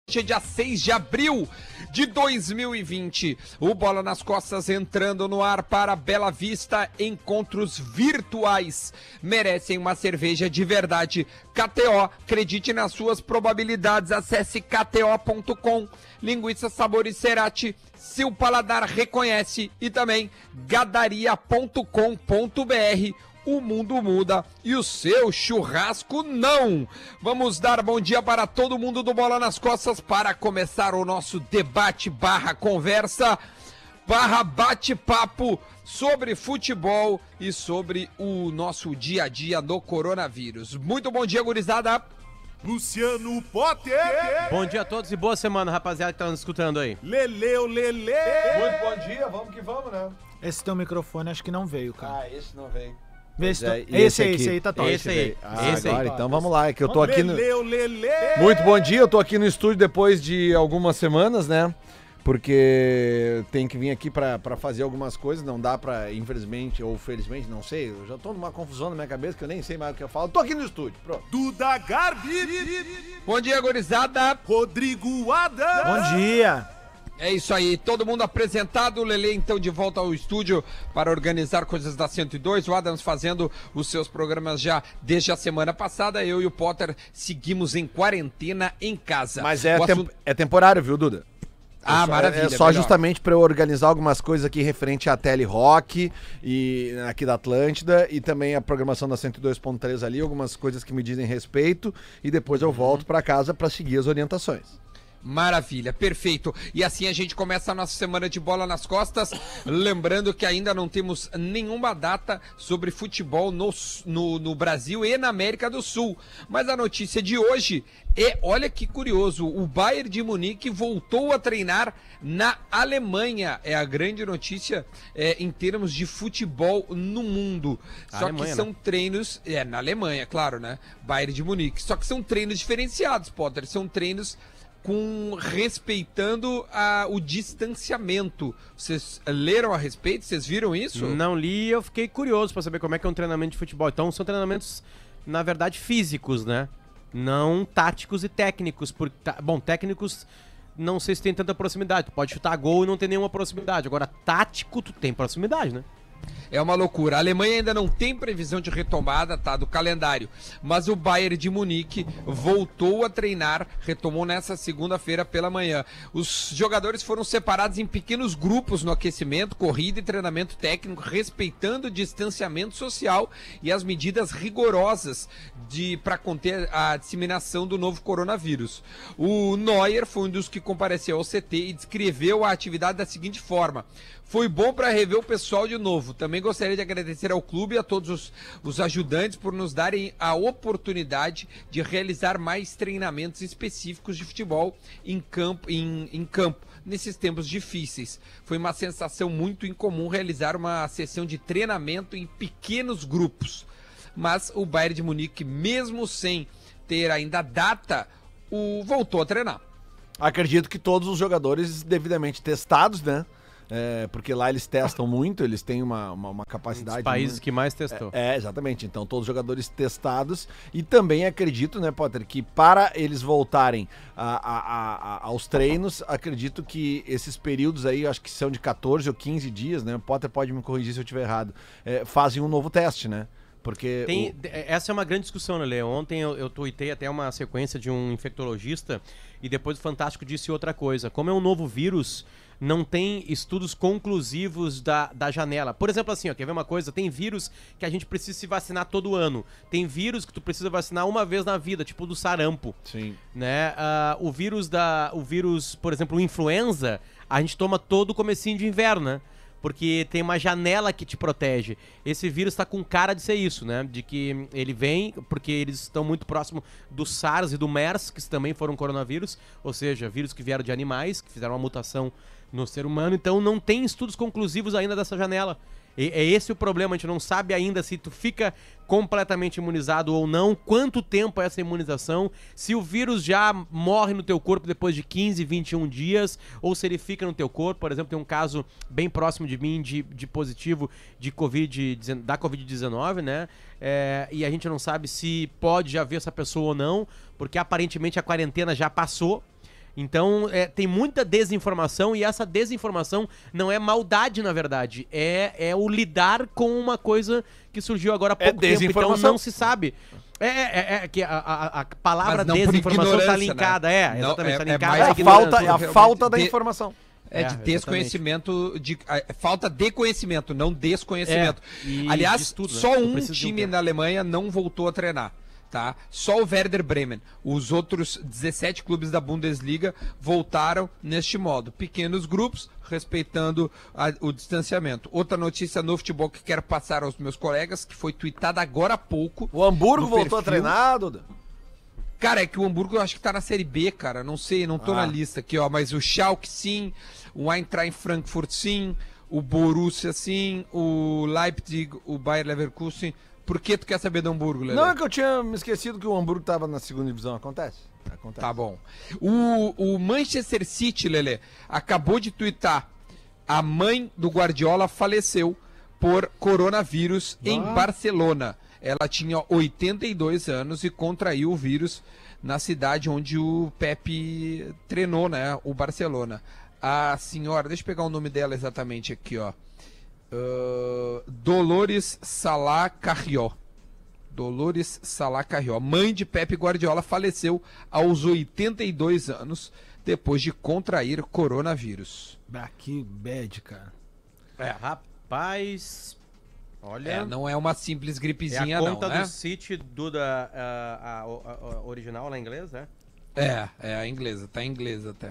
Dia 6 de abril de 2020, o Bola nas Costas entrando no ar para Bela Vista, encontros virtuais, merecem uma cerveja de verdade. KTO, acredite nas suas probabilidades, acesse kto.com, linguiça sabores Cerati, seu paladar reconhece, e também gadaria.com.br. O mundo muda e o seu churrasco não. Vamos dar bom dia para todo mundo do Bola nas Costas para começar o nosso debate / conversa / bate-papo sobre futebol e sobre o nosso dia a dia no coronavírus. Muito bom dia, gurizada. Luciano Potter. Bom dia a todos e boa semana, rapaziada que tá nos escutando aí. Leleu Lele. Muito bom dia, vamos que vamos, né? Esse teu microfone acho que não veio, cara. Ah, esse não veio. Esse aí tá top. Esse aí. Agora, então vamos lá, é que eu tô aqui no... Leleu Lele. Muito bom dia, eu tô aqui no estúdio depois de algumas semanas, né? Porque tem que vir aqui pra fazer algumas coisas, não dá pra, infelizmente, ou felizmente, não sei, eu já tô numa confusão na minha cabeça que eu nem sei mais o que eu falo. Tô aqui no estúdio, pronto. Duda Garbi. Bom dia, gurizada. Rodrigo Adams. Bom dia. É isso aí, todo mundo apresentado, o Lelê então de volta ao estúdio para organizar coisas da 102, o Adams fazendo os seus programas já desde a semana passada, eu e o Potter seguimos em quarentena em casa. Mas é temporário, viu, Duda? Maravilha. É só melhor. justamente para eu organizar algumas coisas aqui referente à Tele Rock e aqui da Atlântida e também a programação da 102.3 ali, algumas coisas que me dizem respeito e depois eu volto para casa para seguir as orientações. Maravilha, perfeito. E assim a gente começa a nossa semana de Bola nas Costas, lembrando que ainda não temos nenhuma data sobre futebol no Brasil e na América do Sul. Mas a notícia de hoje é, olha que curioso, o Bayern de Munique voltou a treinar na Alemanha. É a grande notícia em termos de futebol no mundo. Só Alemanha, que são né? treinos, na Alemanha, claro, né? Bayern de Munique. Só que são treinos diferenciados, Potter, são treinos respeitando o distanciamento. Vocês leram a respeito? Vocês viram isso? Não li, eu fiquei curioso pra saber como é que é um treinamento de futebol. Então são treinamentos, na verdade, físicos, né? Não táticos e técnicos. Bom, técnicos não sei se tem tanta proximidade. Tu pode chutar gol e não ter nenhuma proximidade. Agora, tático, tu tem proximidade, né? É uma loucura. A Alemanha ainda não tem previsão de retomada, tá, do calendário. Mas o Bayern de Munique voltou a treinar, retomou nessa segunda-feira pela manhã. Os jogadores foram separados em pequenos grupos no aquecimento, corrida e treinamento técnico, respeitando o distanciamento social e as medidas rigorosas para conter a disseminação do novo coronavírus. O Neuer foi um dos que compareceu ao CT e descreveu a atividade da seguinte forma: foi bom para rever o pessoal de novo. Também gostaria de agradecer ao clube e a todos os ajudantes por nos darem a oportunidade de realizar mais treinamentos específicos de futebol em campo, nesses tempos difíceis. Foi uma sensação muito incomum realizar uma sessão de treinamento em pequenos grupos. Mas o Bayern de Munique, mesmo sem ter ainda data, voltou a treinar. Acredito que todos os jogadores devidamente testados, né? Porque lá eles testam muito, eles têm uma capacidade... Um dos países que mais testou. Exatamente. Então, todos os jogadores testados. E também acredito, né, Potter, que para eles voltarem aos treinos, acredito que esses períodos aí, acho que são de 14 ou 15 dias, né? O Potter pode me corrigir se eu estiver errado. Fazem um novo teste, né? Porque essa é uma grande discussão, né, Lê? Ontem eu tuitei até uma sequência de um infectologista e depois o Fantástico disse outra coisa. Como é um novo vírus, não tem estudos conclusivos da janela. Por exemplo, assim, ó, quer ver uma coisa? Tem vírus que a gente precisa se vacinar todo ano. Tem vírus que tu precisa vacinar uma vez na vida, tipo do sarampo. Sim. Né? O vírus, por exemplo, o influenza, a gente toma todo o comecinho de inverno, né? Porque tem uma janela que te protege. Esse vírus tá com cara de ser isso, né? De que ele vem, porque eles estão muito próximo do SARS e do MERS, que também foram coronavírus, ou seja, vírus que vieram de animais, que fizeram uma mutação no ser humano. Então não tem estudos conclusivos ainda dessa janela. É esse o problema, a gente não sabe ainda se tu fica completamente imunizado ou não, quanto tempo é essa imunização, se o vírus já morre no teu corpo depois de 15, 21 dias, ou se ele fica no teu corpo. Por exemplo, tem um caso bem próximo de mim de positivo da Covid-19, né? E a gente não sabe se pode já ver essa pessoa ou não, porque aparentemente a quarentena já passou. Então, tem muita desinformação e essa desinformação não é maldade, na verdade. É o lidar com uma coisa que surgiu agora há pouco tempo, então não se sabe. Que a palavra desinformação está linkada, exatamente, tá linkada. É a falta da informação. De desconhecimento, falta de conhecimento, não desconhecimento. Aliás, tudo, né? Só um time na Alemanha não voltou a treinar. Tá? Só o Werder Bremen. Os outros 17 clubes da Bundesliga voltaram neste modo. Pequenos grupos, respeitando o distanciamento. Outra notícia no futebol que quero passar aos meus colegas, que foi tweetada agora há pouco. O Hamburgo voltou a treinar, Duda? Cara, é que o Hamburgo eu acho que tá na Série B, cara. Não sei, não tô na lista aqui, ó. Mas o Schalke sim, o Eintracht Frankfurt sim, o Borussia sim, o Leipzig, o Bayer Leverkusen. Por que tu quer saber do Hamburgo, Lelê? Não, é que eu tinha me esquecido que o Hamburgo tava na segunda divisão. Acontece. Tá bom. O Manchester City, Lelê, acabou de twittar. A mãe do Guardiola faleceu por coronavírus em Barcelona. Ela tinha 82 anos e contraiu o vírus na cidade onde o Pepe treinou, né? O Barcelona. A senhora, deixa eu pegar o nome dela exatamente aqui, ó. Dolores Salah Carrió. Dolores Salah Carrió, mãe de Pepe Guardiola, faleceu aos 82 anos depois de contrair coronavírus. Que bad, cara. Rapaz, olha... não é uma simples gripezinha, não, né? É a conta né? do City, Duda, a original lá em inglês, né? É a inglesa, tá em inglês até.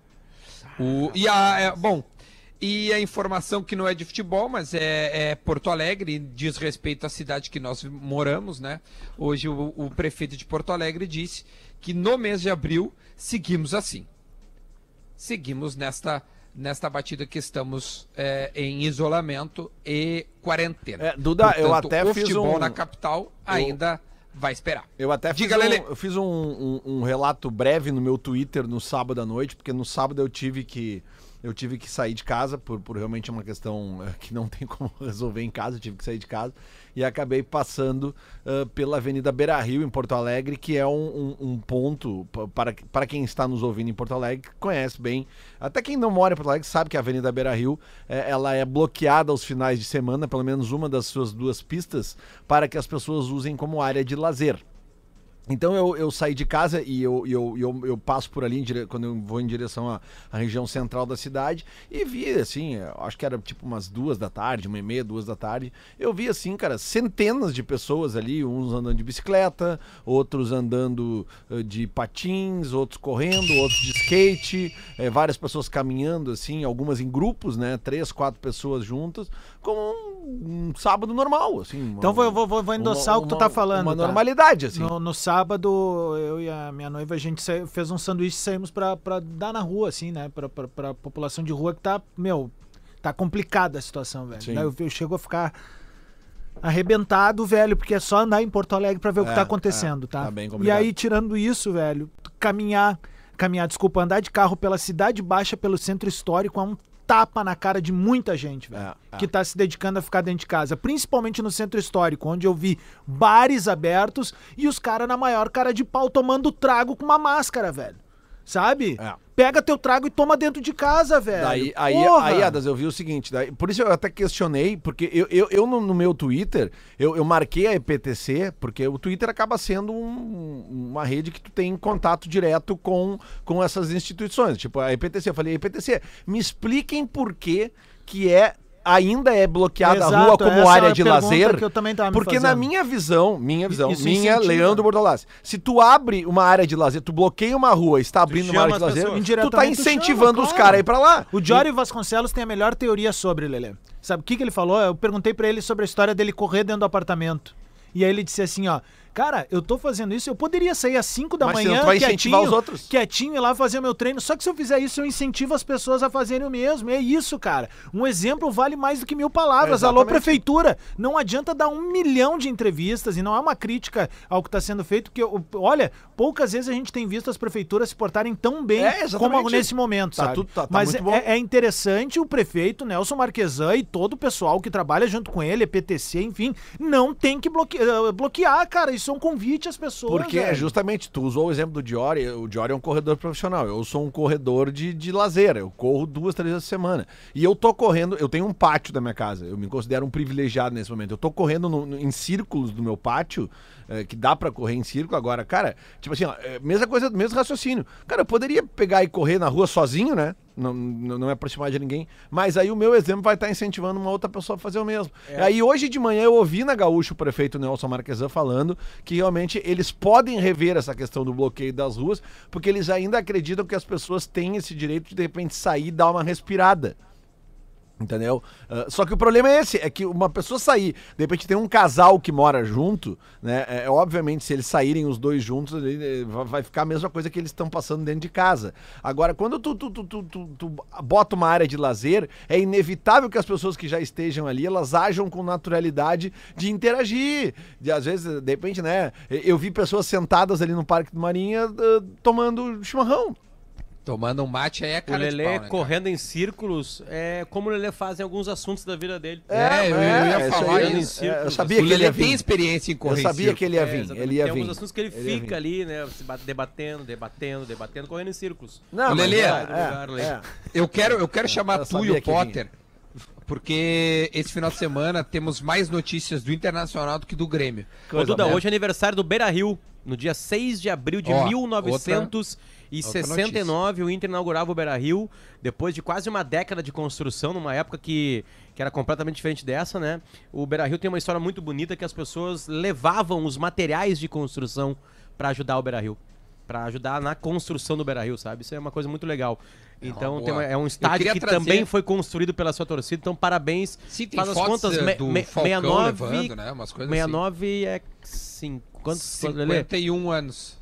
Bom... E a informação que não é de futebol, mas é Porto Alegre, diz respeito à cidade que nós moramos, né? Hoje o prefeito de Porto Alegre disse que no mês de abril seguimos assim. Seguimos nesta batida que estamos em isolamento e quarentena. Duda, portanto, eu até o fiz futebol na capital ainda vai esperar. Eu até fiz um relato breve no meu Twitter no sábado à noite, porque no sábado eu tive que sair de casa, por realmente uma questão que não tem como resolver em casa, eu tive que sair de casa, e acabei passando pela Avenida Beira-Rio, em Porto Alegre, que é um ponto, para quem está nos ouvindo em Porto Alegre, conhece bem, até quem não mora em Porto Alegre sabe que a Avenida Beira-Rio, ela é bloqueada aos finais de semana, pelo menos uma das suas duas pistas, para que as pessoas usem como área de lazer. Então eu saí de casa e eu passo por ali quando eu vou em direção à região central da cidade e vi assim, acho que era tipo umas 2 da tarde, 1h30, 2 da tarde, eu vi assim, cara, centenas de pessoas ali, uns andando de bicicleta, outros andando de patins, outros correndo, outros de skate, várias pessoas caminhando assim, algumas em grupos, né, 3, 4 pessoas juntas, como um sábado normal, assim. Então vou endossar o que tu tá falando. Uma normalidade, assim. No sábado, eu e a minha noiva, a gente fez um sanduíche e saímos pra dar na rua, assim, né? Pra população de rua que tá complicada a situação, velho. Daí eu chego a ficar arrebentado, velho, porque é só andar em Porto Alegre pra ver o que tá acontecendo, tá? Tá bem complicado. E aí, tirando isso, velho, andar de carro pela Cidade Baixa, pelo centro histórico, é um tapa na cara de muita gente, velho, que tá se dedicando a ficar dentro de casa, principalmente no centro histórico, onde eu vi bares abertos e os caras na maior cara de pau tomando trago com uma máscara, velho, sabe? Pega teu trago e toma dentro de casa, velho. Aí, Adas, eu vi o seguinte, por isso eu até questionei, porque eu no meu Twitter, eu marquei a EPTC, porque o Twitter acaba sendo uma rede que tu tem contato direto com essas instituições. Tipo, a EPTC, eu falei, EPTC, me expliquem por que ainda é bloqueada a rua como área de lazer, que eu também tava me porque fazendo. Na minha visão, Leandro Bortolassi, se tu abre uma área de lazer, tu bloqueia uma rua e está abrindo uma área de lazer, tu tá incentivando os caras a ir pra lá. O Jory Vasconcelos tem a melhor teoria sobre, Lelê. Sabe o que ele falou? Eu perguntei pra ele sobre a história dele correr dentro do apartamento. E aí ele disse assim, ó, cara, eu tô fazendo isso, eu poderia sair às 5 da manhã, tu vai incentivar os outros. Quietinho, ir lá fazer o meu treino, só que se eu fizer isso, eu incentivo as pessoas a fazerem o mesmo, é isso, cara. Um exemplo vale mais do que 1000 palavras. Alô, prefeitura, não adianta dar 1 milhão de entrevistas, e não é uma crítica ao que tá sendo feito, porque, olha, poucas vezes a gente tem visto as prefeituras se portarem tão bem como nesse momento, sabe? Mas muito bom. É interessante o prefeito Nelson Marquesan e todo o pessoal que trabalha junto com ele, EPTC, enfim, não tem que bloquear, cara, isso Isso é um convite às pessoas. Porque velho. justamente, tu usou o exemplo do Diori, o Diori é um corredor profissional, eu sou um corredor de lazer, eu corro 2, 3 vezes por semana. E eu tô correndo, eu tenho um pátio da minha casa, eu me considero um privilegiado nesse momento. Eu tô correndo em círculos do meu pátio, que dá pra correr em círculo agora. Cara, tipo assim, ó, mesma coisa, mesmo raciocínio. Cara, eu poderia pegar e correr na rua sozinho, né? Não é aproximar de ninguém. Mas aí o meu exemplo vai estar incentivando uma outra pessoa a fazer o mesmo. Aí hoje de manhã eu ouvi na Gaúcho o prefeito Nelson Marquesan falando que realmente eles podem rever essa questão do bloqueio das ruas, porque eles ainda acreditam que as pessoas têm esse direito de repente sair e dar uma respirada. Entendeu? Só que o problema é esse, é que uma pessoa sair, de repente tem um casal que mora junto, né? Obviamente, se eles saírem os dois juntos, vai ficar a mesma coisa que eles estão passando dentro de casa. Agora, quando tu bota uma área de lazer, é inevitável que as pessoas que já estejam ali, elas ajam com naturalidade de interagir. Às vezes, de repente, né? Eu vi pessoas sentadas ali no Parque do Marinha tomando chimarrão. Tomando um mate aí é O cara de Lelê pau, né, correndo em círculos, como o Lelê faz em alguns assuntos da vida dele. eu ia falar isso. Eu sabia O que ele Lelê ia tem vir. experiência em correr Eu sabia em que ele ia vir. Exatamente. Ele ia Tem vir. alguns assuntos que ele Ele ia fica vir. ali, né? Se debatendo, correndo em círculos. Não, O mas Lelê, Eu quero chamar Eu tu e sabia o que Potter, porque esse final de semana temos mais notícias do Internacional do que do Grêmio. Ô, Duda, merda. hoje é aniversário do Beira-Rio. No dia 6 de abril de Ó, 1969, o Inter inaugurava o Beira-Rio, depois de quase uma década de construção, numa época que era completamente diferente dessa, né? O Beira-Rio tem uma história muito bonita que as pessoas levavam os materiais de construção para ajudar o Beira-Rio. Pra ajudar na construção do Beira-Rio, sabe? Isso é uma coisa muito legal. Então boa. é um estádio queria que trazer- também foi construído pela sua torcida, então parabéns. Sim, tem Faz as fotos contas, do Falcão levando, né? Umas coisas 69 é 5. Quantos, Lelê? 51 anos.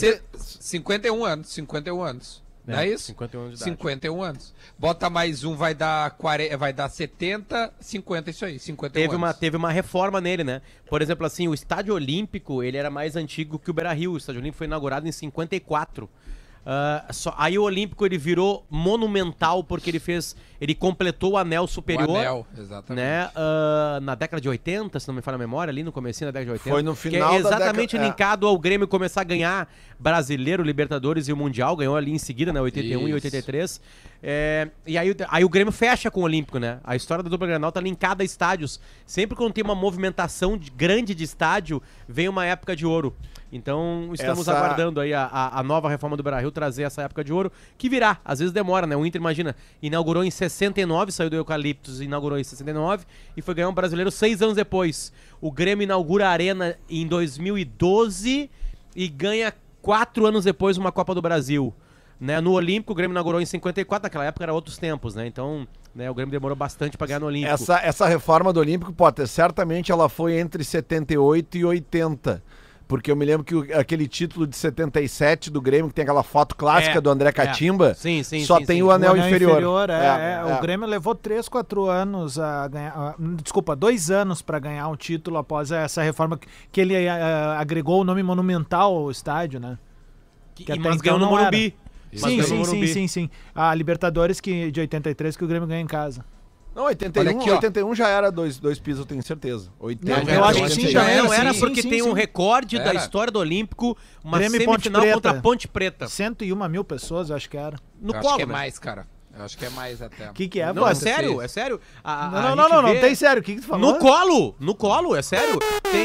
51 anos. 51 anos. Não é isso? 51 anos de idade. 51 anos. Bota mais um, vai dar 70, 50, isso aí, 51 anos. Teve uma reforma nele, né? Por exemplo, assim, o Estádio Olímpico, ele era mais antigo que o Beira-Rio. O Estádio Olímpico foi inaugurado em 54. Aí o Olímpico ele virou monumental porque ele completou o anel superior. O anel, exatamente. Né? Na década de 80, se não me falha a memória, ali no comecinho da década de 80. Foi no final que é da exatamente década- linkado ao Grêmio começar a ganhar Brasileiro, Libertadores e o Mundial. Ganhou ali em seguida, né? 81 e Isso. 83. E aí o Grêmio fecha com o Olímpico, né? A história da dupla Grenal tá linkada a estádios. Sempre quando tem uma movimentação grande de estádio, vem uma época de ouro. Então estamos aguardando aí a nova reforma do Beira-Rio trazer essa época de ouro, que virá. Às vezes demora, né? O Inter, imagina, inaugurou em 69, saiu do Eucaliptus, inaugurou em 69 e foi ganhar um brasileiro 6 anos depois. O Grêmio inaugura a Arena em 2012 e ganha 4 anos depois uma Copa do Brasil. Né? No Olímpico, o Grêmio inaugurou em 54, naquela época era outros tempos, né? Então, né, o Grêmio demorou bastante pra ganhar no Olímpico. Essa reforma do Olímpico, Potter, certamente ela foi entre 78 e 80. Porque eu me lembro que aquele título de 77 do Grêmio, que tem aquela foto clássica do André Catimba, Sim, só sim, tem sim. o anel inferior. O Grêmio levou 3, 4 anos a ganhar. Desculpa, 2 anos pra ganhar um título após essa reforma que ele agregou o nome monumental ao estádio, né? Que até Mas então ganhou no não Morumbi. Sim. A Libertadores de 83 que o Grêmio ganha em casa. Não, 81, Olha aqui, ó. 81 já era dois pisos, eu tenho certeza. 80, Não, eu acho que sim, já era. Não era sim, porque sim, tem sim. um recorde da Era. história do Olímpico, uma Grêmio e Ponte semifinal Preta. contra a Ponte Preta. 101 mil pessoas, eu acho que era. No Eu colo, acho que é né? mais, cara. Eu acho que é mais até. O que é, Não, é Potter? sério, é sério. Não, tem sério. O que tu falou? No colo, é sério.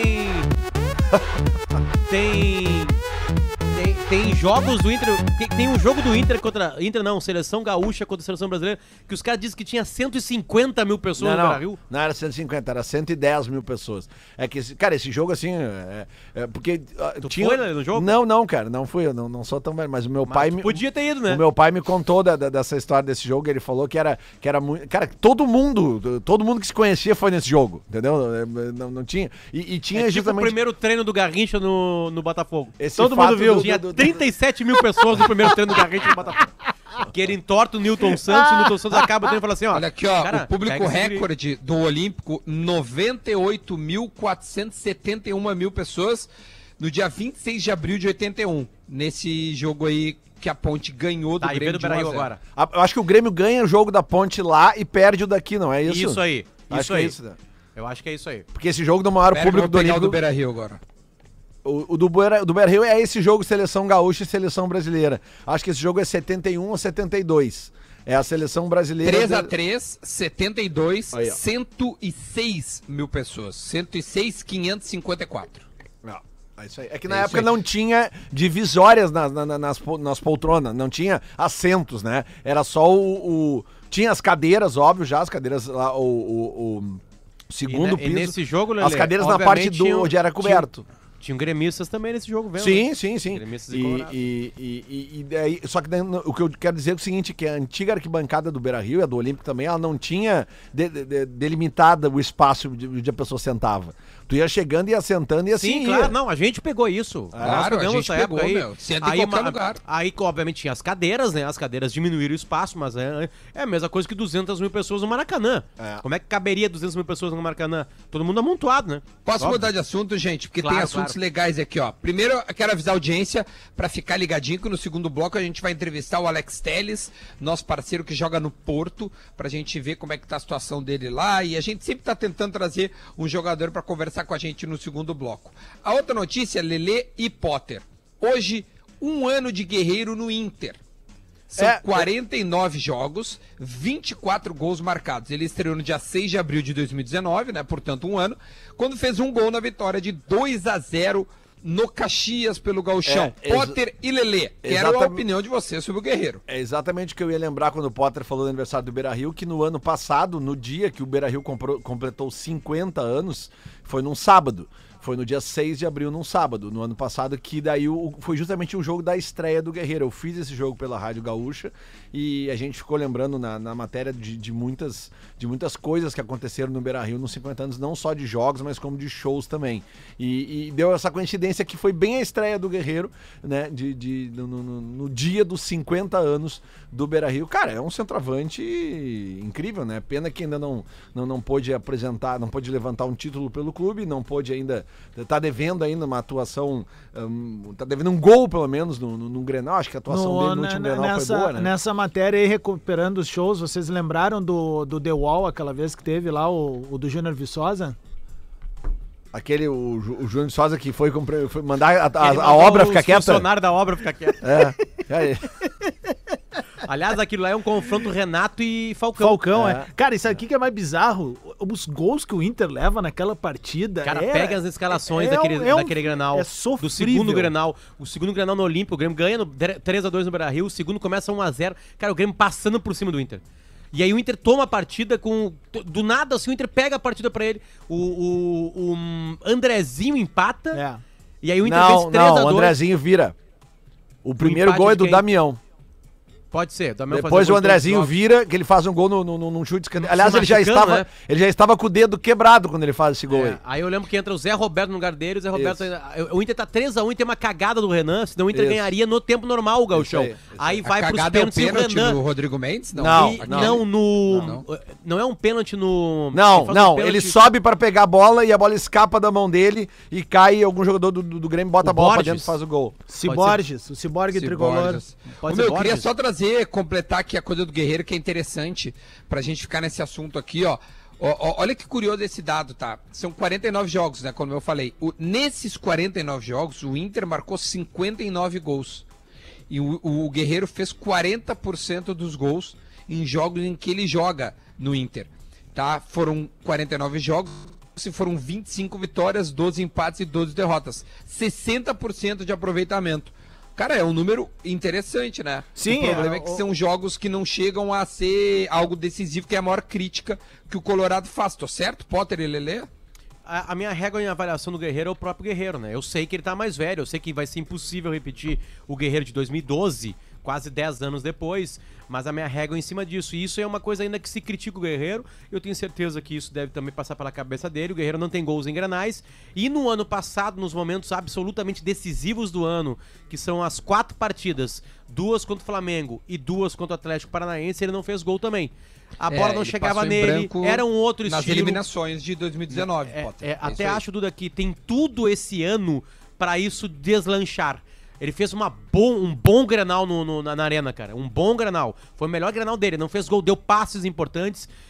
Tem jogos do Inter. Tem um jogo do Inter contra. Seleção Gaúcha contra a Seleção Brasileira, que os caras dizem que tinha 150 mil pessoas no Beira-Rio. Não era 150, era 110 mil pessoas. É que, cara, esse jogo assim, porque Tu foi no jogo? Não, cara, não fui, eu não sou tão velho, mas o meu pai me... Podia ter ido, né? O meu pai me contou dessa história desse jogo, ele falou que era muito... Cara, todo mundo que se conhecia foi nesse jogo, entendeu? Não tinha... E tinha Tipo o justamente... primeiro treino do Garrincha no Botafogo. esse todo fato mundo viu. Tinha 37 mil pessoas no primeiro treino do Garrincha no Botafogo. Que ele entorta o Newton Santos e o Newton Santos acaba o treino e fala assim, ó... Olha aqui, ó, cara, o público pega esse guri. recorde do Olímpico, 98.471 mil pessoas no dia 26 de abril de 81. Nesse jogo aí que a Ponte ganhou do Tá, e vê Grêmio do de 1 a Beira-Rio 0. agora. Eu acho que o Grêmio ganha o jogo da Ponte lá e perde o daqui, não é isso? Isso aí, Acho isso que aí. é isso, né? Eu acho que é isso aí. Porque esse jogo do maior Pera que eu público vou do pegar o do Olímpico... Beira-Rio agora. O do Beira-Rio é esse jogo Seleção Gaúcha e Seleção Brasileira. Acho que esse jogo é 71 ou 72. É a Seleção Brasileira... 3x3, 72, Aí, ó. 106 mil pessoas. 106,554. Não, é isso aí. É que na época não tinha divisórias nas poltronas, não tinha assentos, né? Era só tinha as cadeiras, óbvio, já, as cadeiras lá, o segundo piso. E nesse jogo, Lelê, as cadeiras na parte onde era coberto. Tinham gremistas também nesse jogo, vendo? Sim, né? sim, sim. Gremistas e Colorado. E daí, só que daí, o que eu quero dizer é o seguinte, que a antiga arquibancada do Beira-Rio, a do Olímpico também, ela não tinha delimitada o espaço onde a pessoa sentava. Tu ia chegando e ia sentando e assim Sim, claro, não, a gente pegou isso. Claro, Nós a pegamos gente essa pegou, época meu. Senta em qualquer lugar. Aí, obviamente, tinha as cadeiras, né? As cadeiras diminuíram o espaço, mas é a mesma coisa que 200 mil pessoas no Maracanã. É. Como é que caberia 200 mil pessoas no Maracanã? Todo mundo amontoado, né? Posso Óbvio. mudar de assunto, gente? Porque Claro, tem assuntos claro. legais aqui, ó. Primeiro, eu quero avisar a audiência pra ficar ligadinho que no segundo bloco a gente vai entrevistar o Alex Telles, nosso parceiro que joga no Porto, pra gente ver como é que tá a situação dele lá. E a gente sempre tá tentando trazer um jogador pra conversar com a gente no segundo bloco. A outra notícia, Lelê e Potter. Hoje, 1 ano de Guerreiro no Inter. São 49 jogos, 24 gols marcados. Ele estreou no dia 6 de abril de 2019, né? Portanto, 1 ano, quando fez um gol na vitória de 2-0 no Caxias pelo Gauchão. Potter e Lelê, quero a opinião de você sobre o Guerreiro. É exatamente o que eu ia lembrar quando o Potter falou do aniversário do Beira-Rio, que no ano passado, no dia que o Beira-Rio completou 50 anos, foi num sábado. Foi no dia 6 de abril, num sábado, no ano passado, que daí foi justamente o jogo da estreia do Guerreiro. Eu fiz esse jogo pela Rádio Gaúcha e a gente ficou lembrando na matéria de muitas coisas que aconteceram no Beira-Rio nos 50 anos, não só de jogos, mas como de shows também. E deu essa coincidência que foi bem a estreia do Guerreiro, né, no dia dos 50 anos do Beira-Rio. Cara, é um centroavante incrível, né? Pena que ainda não pôde apresentar, não pôde levantar um título pelo clube, não pôde ainda. Tá devendo ainda uma atuação, tá devendo um gol pelo menos no Grenal. Acho que a atuação dele no último Grenal foi boa, né? Nessa matéria aí, recuperando os shows, vocês lembraram do The Wall, aquela vez que teve lá o do Júnior Viçosa? Aquele, o Júnior Souza que foi mandar a obra ficar quieta. O funcionário da obra ficar quieto. É. Aliás, aquilo lá é um confronto Renato e Falcão. É. Cara, isso aqui que é mais bizarro, os gols que o Inter leva naquela partida. O cara pega as escalações daquele Grenal. É sofrível. Do segundo Grenal. O segundo Grenal no Olímpico, o Grêmio ganha 3-2 no Beira-Rio, o segundo começa 1-0. Cara, o Grêmio passando por cima do Inter. E aí o Inter toma a partida com... Do nada, assim, o Inter pega a partida pra ele. O Andrezinho empata. É. E aí o Inter fez 3-2. O Andrezinho vira. O primeiro gol é do Damião. Pode ser. Depois o Andrezinho vira, que ele faz um gol num chute escanteio. Aliás, ele já estava com o dedo quebrado quando ele faz esse gol aí. Aí eu lembro que entra o Zé Roberto no lugar dele, o Zé Roberto... O Inter tá 3-1 e tem uma cagada do Renan, senão o Inter ganharia no tempo normal o Gauchão. Aí vai pros pênaltis e o Renan... no Rodrigo Mendes? Não é um pênalti no... Não, ele sobe pra pegar a bola e a bola escapa da mão dele e cai algum jogador do Grêmio, bota a bola pra dentro e faz o gol. Ciborges, o Ciborgue tricolor. Eu queria só completar aqui a coisa do Guerreiro, que é interessante pra gente ficar nesse assunto aqui, ó. Olha que curioso esse dado, tá? São 49 jogos, né? Como eu falei. Nesses 49 jogos, o Inter marcou 59 gols. E o Guerreiro fez 40% dos gols em jogos em que ele joga no Inter, tá? Foram 49 jogos, se foram 25 vitórias, 12 empates e 12 derrotas. 60% de aproveitamento. Cara, é um número interessante, né? Sim. O problema é que são jogos que não chegam a ser algo decisivo, que é a maior crítica que o Colorado faz. Tô certo, Potter e Lelê? A minha régua em avaliação do Guerreiro é o próprio Guerreiro, né? Eu sei que ele tá mais velho, eu sei que vai ser impossível repetir o Guerreiro de 2012, quase 10 anos depois, mas a minha régua é em cima disso. E isso é uma coisa ainda que se critica o Guerreiro, eu tenho certeza que isso deve também passar pela cabeça dele. O Guerreiro não tem gols em Grenais, e no ano passado, nos momentos absolutamente decisivos do ano, que são as 4 partidas, 2 contra o Flamengo e 2 contra o Atlético Paranaense, ele não fez gol também. A bola não chegava nele, era um outro estilo. Nas eliminações de 2019, Potter. Até acho, Duda, que tem tudo esse ano pra isso deslanchar. Ele fez um bom Grenal na arena, cara. Um bom Grenal. Foi o melhor Grenal dele. Não fez gol, deu passes importantes.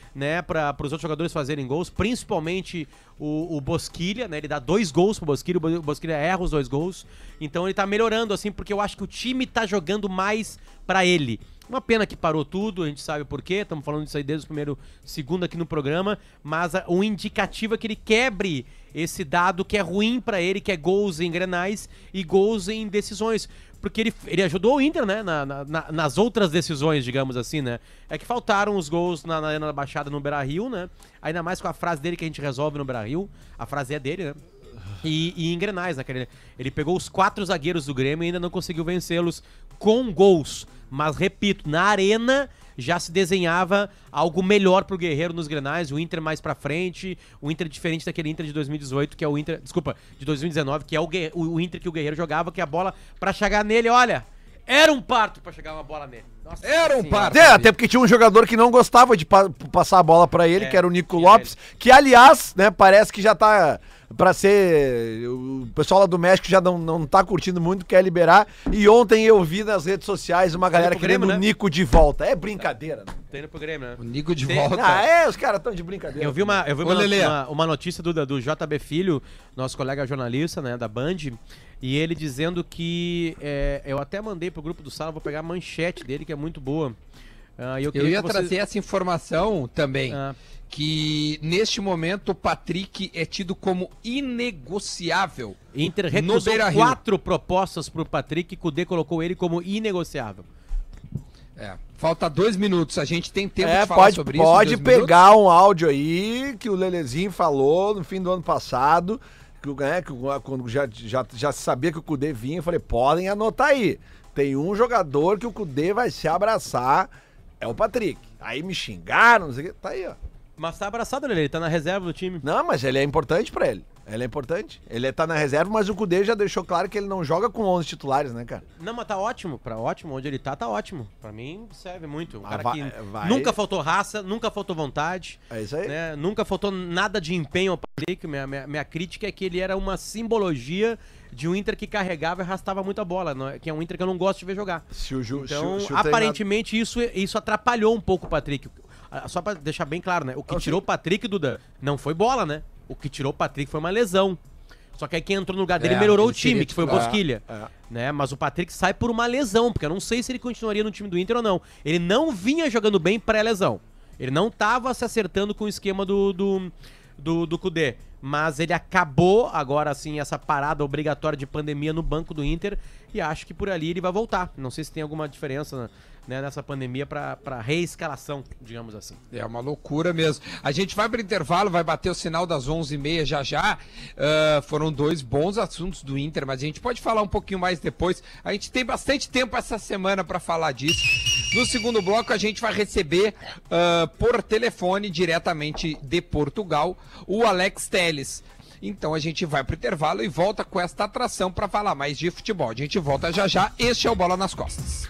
né, para os outros jogadores fazerem gols, principalmente o Bosquilha, né, ele dá 2 gols pro Bosquilha, o Bosquilha erra os 2 gols, então ele tá melhorando, assim, porque eu acho que o time tá jogando mais pra ele. Uma pena que parou tudo, a gente sabe por quê, estamos falando disso aí desde o segundo aqui no programa, mas o indicativo é que ele quebre esse dado que é ruim pra ele, que é gols em grenais e gols em decisões. Porque ele ajudou o Inter, né, nas outras decisões, digamos assim, né. É que faltaram os gols na Arena da Baixada no Beira-Rio, né, ainda mais com a frase dele que a gente resolve no Beira-Rio, a frase é dele, né. E em grenais, né, ele pegou os 4 zagueiros do Grêmio e ainda não conseguiu vencê-los com gols. Mas, repito, na Arena já se desenhava algo melhor pro Guerreiro nos grenais, o Inter mais pra frente, o Inter diferente daquele Inter de 2018, que é o Inter, desculpa, de 2019, que é o Inter que o Guerreiro jogava, que a bola pra chegar nele, olha, era um parto pra chegar uma bola nele. Nossa, Era um parto. Até porque tinha um jogador que não gostava de passar a bola pra ele, que era o Nico Lopes, que aliás, né, parece que já tá pra ser... O pessoal lá do México já não tá curtindo muito, quer liberar, e ontem eu vi nas redes sociais uma galera querendo o Nico de volta. É brincadeira, né? Tem no programa, né? O Nico de volta. Os caras tão de brincadeira. Eu vi uma notícia do JB Filho, nosso colega jornalista, né, da Band, e ele dizendo que, eu até mandei pro grupo do Sala, vou pegar a manchete dele, que é muito boa. Eu ia trazer essa informação também, que neste momento o Patrick é tido como inegociável. Inter recusou 4 propostas pro Patrick e Kudê colocou ele como inegociável. Falta 2 minutos, a gente tem tempo de falar sobre isso. Pode pegar um áudio aí que o Lelezinho falou no fim do ano passado, quando já sabia que o Kudê vinha, eu falei, podem anotar aí. Tem um jogador que o Kudê vai se abraçar, é o Patrick. Aí me xingaram, não sei o que, tá aí, ó. Mas tá abraçado, ele tá na reserva do time. Não, mas ele é importante pra ele. Ele é importante. Ele tá na reserva, mas o Kudê já deixou claro que ele não joga com 11 titulares, né, cara? Não, mas tá ótimo. Ótimo, onde ele tá ótimo. Pra mim, serve muito. Um cara que nunca faltou raça, nunca faltou vontade. É isso aí. Né? Nunca faltou nada de empenho ao Patrick. Minha crítica é que ele era uma simbologia de um Inter que carregava e arrastava muita bola, que é um Inter que eu não gosto de ver jogar. Então, aparentemente, isso atrapalhou um pouco o Patrick. Só pra deixar bem claro, né? O que tirou o Patrick, Duda, não foi bola, né? O que tirou o Patrick foi uma lesão. Só que aí quem entrou no lugar dele melhorou o time, que foi o Bosquilha. Né? Mas o Patrick sai por uma lesão, porque eu não sei se ele continuaria no time do Inter ou não. Ele não vinha jogando bem pré-lesão. Ele não tava se acertando com o esquema do Kudê. Mas ele acabou, agora assim, essa parada obrigatória de pandemia no banco do Inter. E acho que por ali ele vai voltar. Não sei se tem alguma diferença, né, nessa pandemia pra reescalação, digamos assim. É uma loucura mesmo. A gente vai pro intervalo, vai bater o sinal das 11h30 já. Foram 2 bons assuntos do Inter, mas a gente pode falar um pouquinho mais depois. A gente tem bastante tempo essa semana pra falar disso. No segundo bloco a gente vai receber por telefone, diretamente de Portugal, o Alex Telles. Então a gente vai pro intervalo e volta com esta atração para falar mais de futebol. A gente volta já. Este é o Bola nas Costas.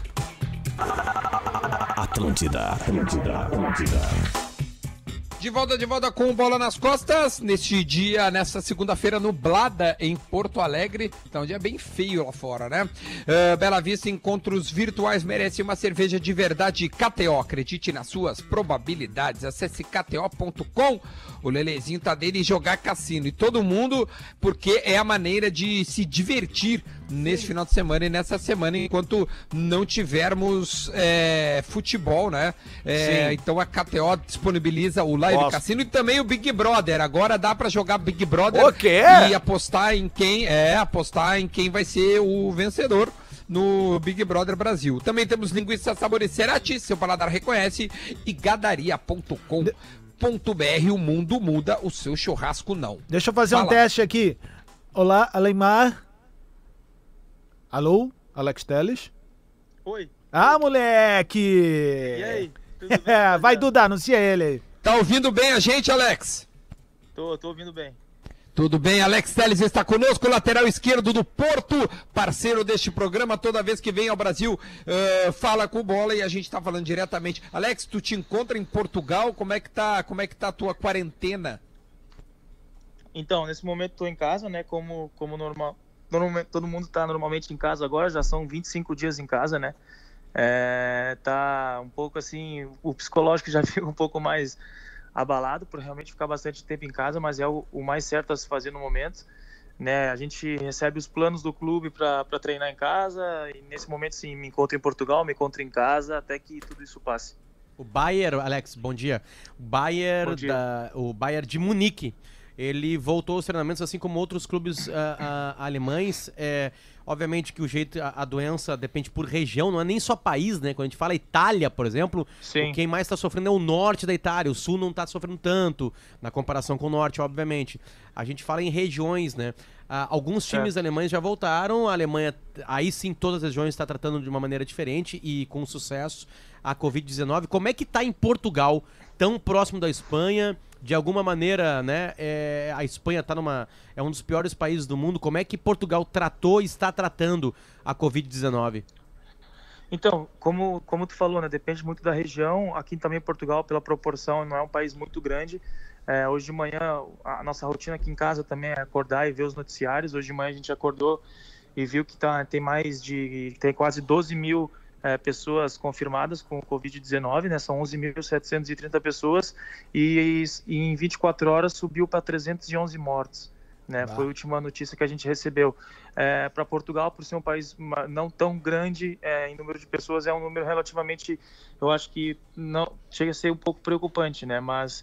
Atlântida. De volta com o Bola nas Costas, nessa segunda-feira nublada em Porto Alegre. Tá um dia bem feio lá fora, né? Bela Vista, encontros virtuais merece uma cerveja de verdade. KTO, acredite nas suas probabilidades. Acesse kto.com. O Lelezinho tá dele jogar cassino. E todo mundo, porque é a maneira de se divertir nesse final de semana e nessa semana, enquanto não tivermos futebol, né? Então a KTO disponibiliza o Live Cassino e também o Big Brother. Agora dá pra jogar Big Brother e apostar em quem vai ser o vencedor no Big Brother Brasil. Também temos linguiça sabores Cerati, seu paladar reconhece, e gadaria.com.br. O mundo muda, o seu churrasco não. Deixa eu fazer um teste aqui. Olá, Aleimar. Alô, Alex Telles? Oi. Ah, moleque! E aí? Tudo bem? Vai, Duda, anuncia ele aí. Tá ouvindo bem a gente, Alex? Tô ouvindo bem. Tudo bem, Alex Telles está conosco, lateral esquerdo do Porto, parceiro deste programa, toda vez que vem ao Brasil, fala com bola e a gente tá falando diretamente. Alex, tu te encontra em Portugal, como é que tá a tua quarentena? Então, nesse momento tô em casa, né, como normal. Normalmente, todo mundo tá normalmente em casa agora, já são 25 dias em casa, né? Tá um pouco assim, o psicológico já fica um pouco mais abalado por realmente ficar bastante tempo em casa, mas é o mais certo a se fazer no momento, né? A gente recebe os planos do clube para treinar em casa e nesse momento sim, me encontro em Portugal, me encontro em casa até que tudo isso passe. O Bayern, Alex, bom dia. Bom dia. O Bayern de Munique, ele voltou aos treinamentos assim como outros clubes alemães. Obviamente que o jeito, a doença depende por região, não é nem só país, né? Quando a gente fala Itália, por exemplo, Sim. quem mais está sofrendo é o norte da Itália, o sul não está sofrendo tanto, na comparação com o norte, obviamente. A gente fala em regiões, né? Alguns times alemães já voltaram, a Alemanha, aí sim, todas as regiões está tratando de uma maneira diferente e com sucesso a Covid-19. Como é que está em Portugal, tão próximo da Espanha? De alguma maneira, né, a Espanha é um dos piores países do mundo. Como é que Portugal tratou e está tratando a Covid-19? Então, como tu falou, né, depende muito da região. Aqui também em Portugal, pela proporção, não é um país muito grande. Hoje de manhã, a nossa rotina aqui em casa também é acordar e ver os noticiários. Hoje de manhã a gente acordou e viu que tem quase 12 mil pessoas confirmadas com Covid-19, né? São 11.730 pessoas e em 24 horas subiu para 311 mortes, né? Foi a última notícia que a gente recebeu. Para Portugal, por ser um país não tão grande em número de pessoas, é um número relativamente, eu acho que não chega a ser um pouco preocupante, né? Mas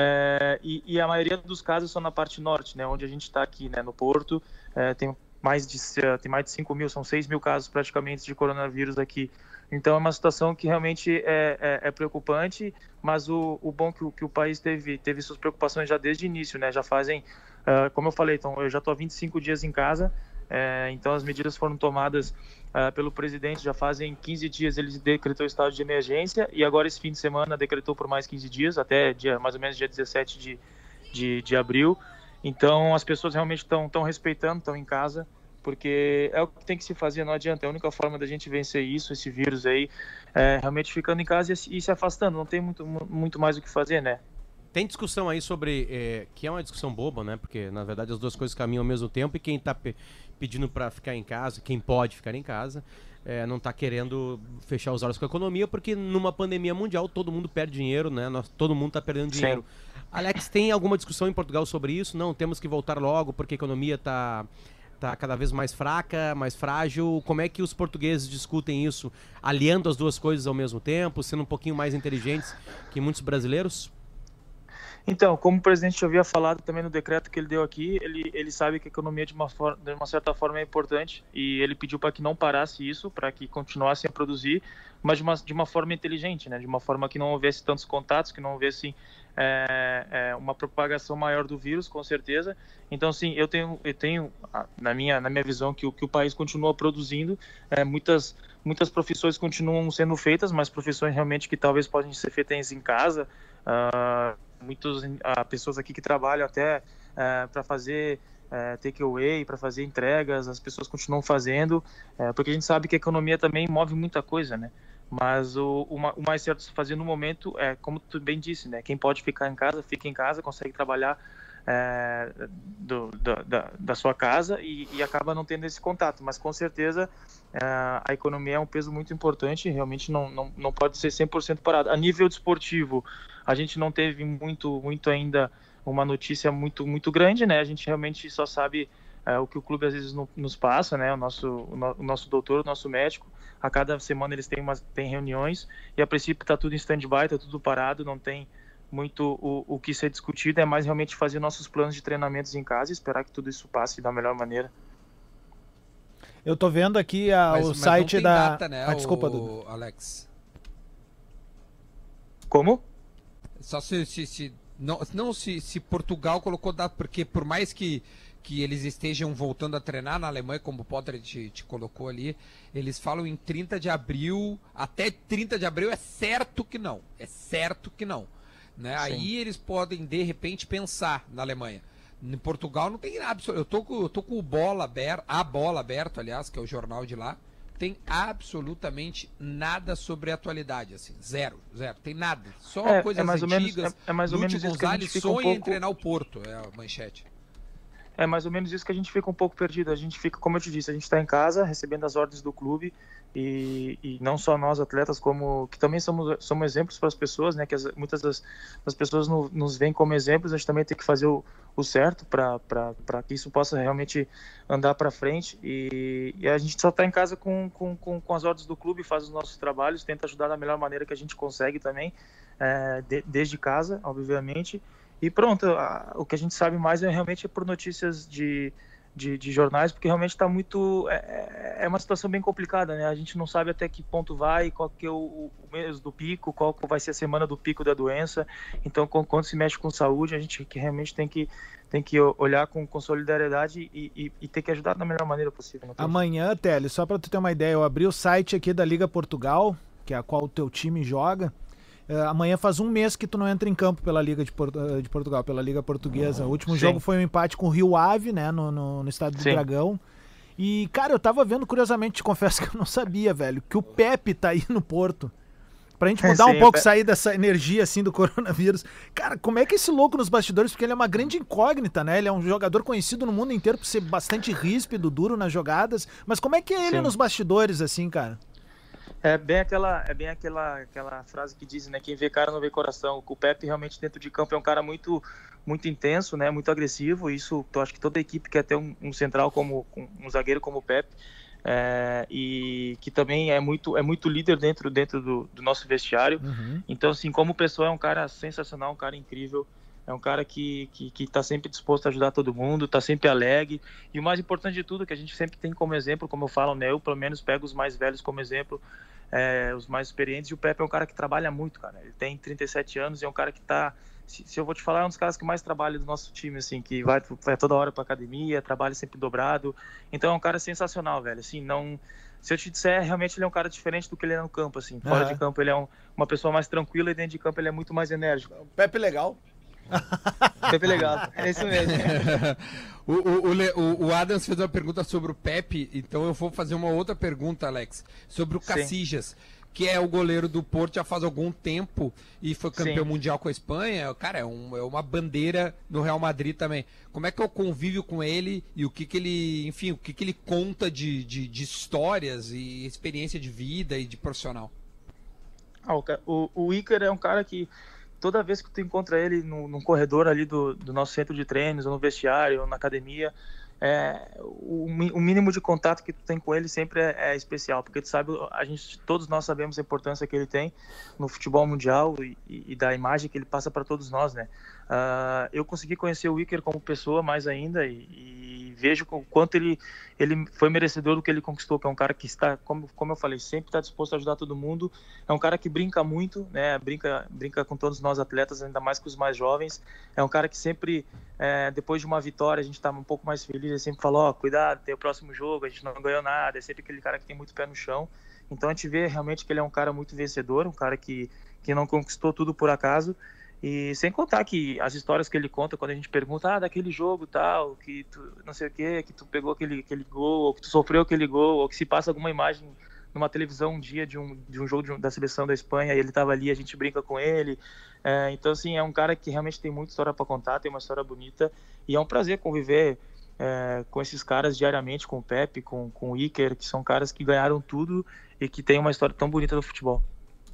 e a maioria dos casos são na parte norte, né? Onde a gente está aqui, né? No Porto, tem mais de 5 mil, são 6 mil casos praticamente de coronavírus aqui. Então é uma situação que realmente é preocupante, mas o bom que o país teve suas preocupações já desde o início, né? Já fazem, como eu falei, então eu já estou há 25 dias em casa, então as medidas foram tomadas pelo presidente, já fazem 15 dias ele decretou o estado de emergência e agora esse fim de semana decretou por mais 15 dias, até mais ou menos dia 17 de abril. Então as pessoas realmente estão respeitando, estão em casa, porque é o que tem que se fazer, não adianta. É a única forma da gente vencer esse vírus aí, realmente ficando em casa e se afastando, não tem muito mais o que fazer, né? Tem discussão aí sobre, que é uma discussão boba, né? Porque, na verdade, as duas coisas caminham ao mesmo tempo e quem tá pedindo para ficar em casa, quem pode ficar em casa, não tá querendo fechar os olhos com a economia, porque numa pandemia mundial todo mundo perde dinheiro, né? Todo mundo tá perdendo dinheiro. Sim. Alex, tem alguma discussão em Portugal sobre isso? Não, temos que voltar logo porque a economia tá cada vez mais fraca, mais frágil. Como é que os portugueses discutem isso, aliando as duas coisas ao mesmo tempo, sendo um pouquinho mais inteligentes que muitos brasileiros? Então, como o presidente já havia falado também no decreto que ele deu aqui, ele sabe que a economia de uma certa forma é importante e ele pediu para que não parasse isso, para que continuassem a produzir, mas de uma forma inteligente, né? De uma forma que não houvesse tantos contatos, que não houvesse uma propagação maior do vírus, com certeza. Então, sim, eu tenho na minha visão que o país continua produzindo, muitas profissões continuam sendo feitas, mas profissões realmente que talvez podem ser feitas em casa. Muitas pessoas aqui que trabalham até para fazer takeaway, para fazer entregas, as pessoas continuam fazendo, porque a gente sabe que a economia também move muita coisa, né? Mas o mais certo a se fazer no momento é, como tu bem disse, né? Quem pode ficar em casa, fica em casa, consegue trabalhar da sua casa e acaba não tendo esse contato, mas com certeza a economia é um peso muito importante, realmente não pode ser 100% parado. A nível desportivo, a gente não teve muito ainda uma notícia muito grande, né? A gente realmente só sabe o que o clube às vezes nos passa, né? O nosso doutor, o nosso médico, a cada semana eles têm reuniões e a princípio está tudo em stand-by, está tudo parado, não tem muito o que ser discutido, é mais realmente fazer nossos planos de treinamentos em casa e esperar que tudo isso passe da melhor maneira. Eu tô vendo aqui o site não tem da... data, né, desculpa, Dudu. Alex. Como? Só se Portugal colocou data, porque por mais que eles estejam voltando a treinar na Alemanha, como o Potter te colocou ali, eles falam em 30 de abril, até 30 de abril é certo que não, né? Aí eles podem, de repente, pensar na Alemanha. Em Portugal não tem nada, eu tô com o a bola aberto, aliás, que é o jornal de lá, tem absolutamente nada sobre a atualidade, assim, zero, tem nada, só coisas mais antigas. é mais ou menos Lúcio isso que a gente Gonzalez fica sonha um pouco... em treinar o Porto, é a manchete. É mais ou menos isso que a gente fica um pouco perdido. A gente fica, como eu te disse, a gente está em casa recebendo as ordens do clube e não só nós atletas, como que também somos exemplos para as pessoas, né? Que muitas das pessoas nos veem como exemplos. A gente também tem que fazer o certo para que isso possa realmente andar para frente. E a gente só está em casa com as ordens do clube, faz os nossos trabalhos, tenta ajudar da melhor maneira que a gente consegue também, desde casa, obviamente. E pronto, o que a gente sabe mais é realmente por notícias de jornais, porque realmente está muito... É uma situação bem complicada, né? A gente não sabe até que ponto vai, qual que é o mês do pico, qual vai ser a semana do pico da doença. Então, quando se mexe com saúde, a gente realmente tem que olhar com solidariedade e ter que ajudar da melhor maneira possível. Amanhã, Télio, só para tu ter uma ideia, eu abri o site aqui da Liga Portugal, que é a qual o teu time joga. Amanhã faz um mês que tu não entra em campo pela Liga de Portugal, pela Liga Portuguesa. O último jogo foi um empate com o Rio Ave, né, no estádio do Dragão. E, cara, eu tava vendo, curiosamente, te confesso que eu não sabia, velho, que o Pepe tá aí no Porto. Pra gente mudar um pouco, sair dessa energia, assim, do coronavírus. Cara, como é que esse louco nos bastidores, porque ele é uma grande incógnita, né? Ele é um jogador conhecido no mundo inteiro por ser bastante ríspido, duro nas jogadas. Mas como é que é ele nos bastidores, assim, cara? É bem aquela frase que dizem, né? Quem vê cara não vê coração. O Pepe realmente dentro de campo é um cara muito, muito intenso, né? Muito agressivo. Isso, eu acho que toda equipe quer ter um central um zagueiro como o Pepe, e que também é muito líder dentro do nosso vestiário. Então, assim, como pessoa é um cara sensacional, um cara incrível. É um cara que está sempre disposto a ajudar todo mundo, está sempre alegre. E o mais importante de tudo, que a gente sempre tem como exemplo, como eu falo, né? Eu pelo menos pego os mais velhos como exemplo, os mais experientes. E o Pepe é um cara que trabalha muito, cara. Ele tem 37 anos e é um cara que está... Se eu vou te falar, é um dos caras que mais trabalha do nosso time, assim, que vai toda hora para academia, trabalha sempre dobrado. Então é um cara sensacional, velho. Assim, não... Se eu te disser, realmente ele é um cara diferente do que ele é no campo, assim. Fora de campo ele é uma pessoa mais tranquila e dentro de campo ele é muito mais enérgico. Pepe legal. Pepe legal, é isso mesmo. O Adams fez uma pergunta sobre o Pepe, então eu vou fazer uma outra pergunta, Alex, sobre o Casillas, que é o goleiro do Porto já faz algum tempo e foi campeão mundial com a Espanha. Cara, é uma bandeira no Real Madrid também. Como é que é o convívio com ele e o que ele, enfim, o que ele conta de histórias e experiência de vida e de profissional? O Iker é um cara que toda vez que tu encontra ele no corredor ali do nosso centro de treinos, ou no vestiário, ou na academia, o mínimo de contato que tu tem com ele sempre é especial, porque tu sabe, todos nós sabemos a importância que ele tem no futebol mundial e da imagem que ele passa para todos nós, né? Eu consegui conhecer o Iker como pessoa mais ainda e vejo o quanto ele foi merecedor do que ele conquistou, que é um cara que está, como eu falei, sempre está disposto a ajudar todo mundo. É um cara que brinca muito, né? Brinca com todos nós atletas, ainda mais com os mais jovens. É um cara que sempre, depois de uma vitória, a gente está um pouco mais feliz. Ele sempre fala, cuidado, tem o próximo jogo, a gente não ganhou nada. É sempre aquele cara que tem muito pé no chão. Então a gente vê realmente que ele é um cara muito vencedor, um cara que não conquistou tudo por acaso. E sem contar que as histórias que ele conta quando a gente pergunta, daquele jogo tal, que tu não sei o que tu pegou aquele gol, ou que tu sofreu aquele gol, ou que se passa alguma imagem numa televisão um dia de um jogo da seleção da Espanha e ele estava ali, a gente brinca com ele. Então, assim, é um cara que realmente tem muita história para contar, tem uma história bonita e é um prazer conviver com esses caras diariamente, com o Pepe, com o Iker, que são caras que ganharam tudo e que tem uma história tão bonita do futebol.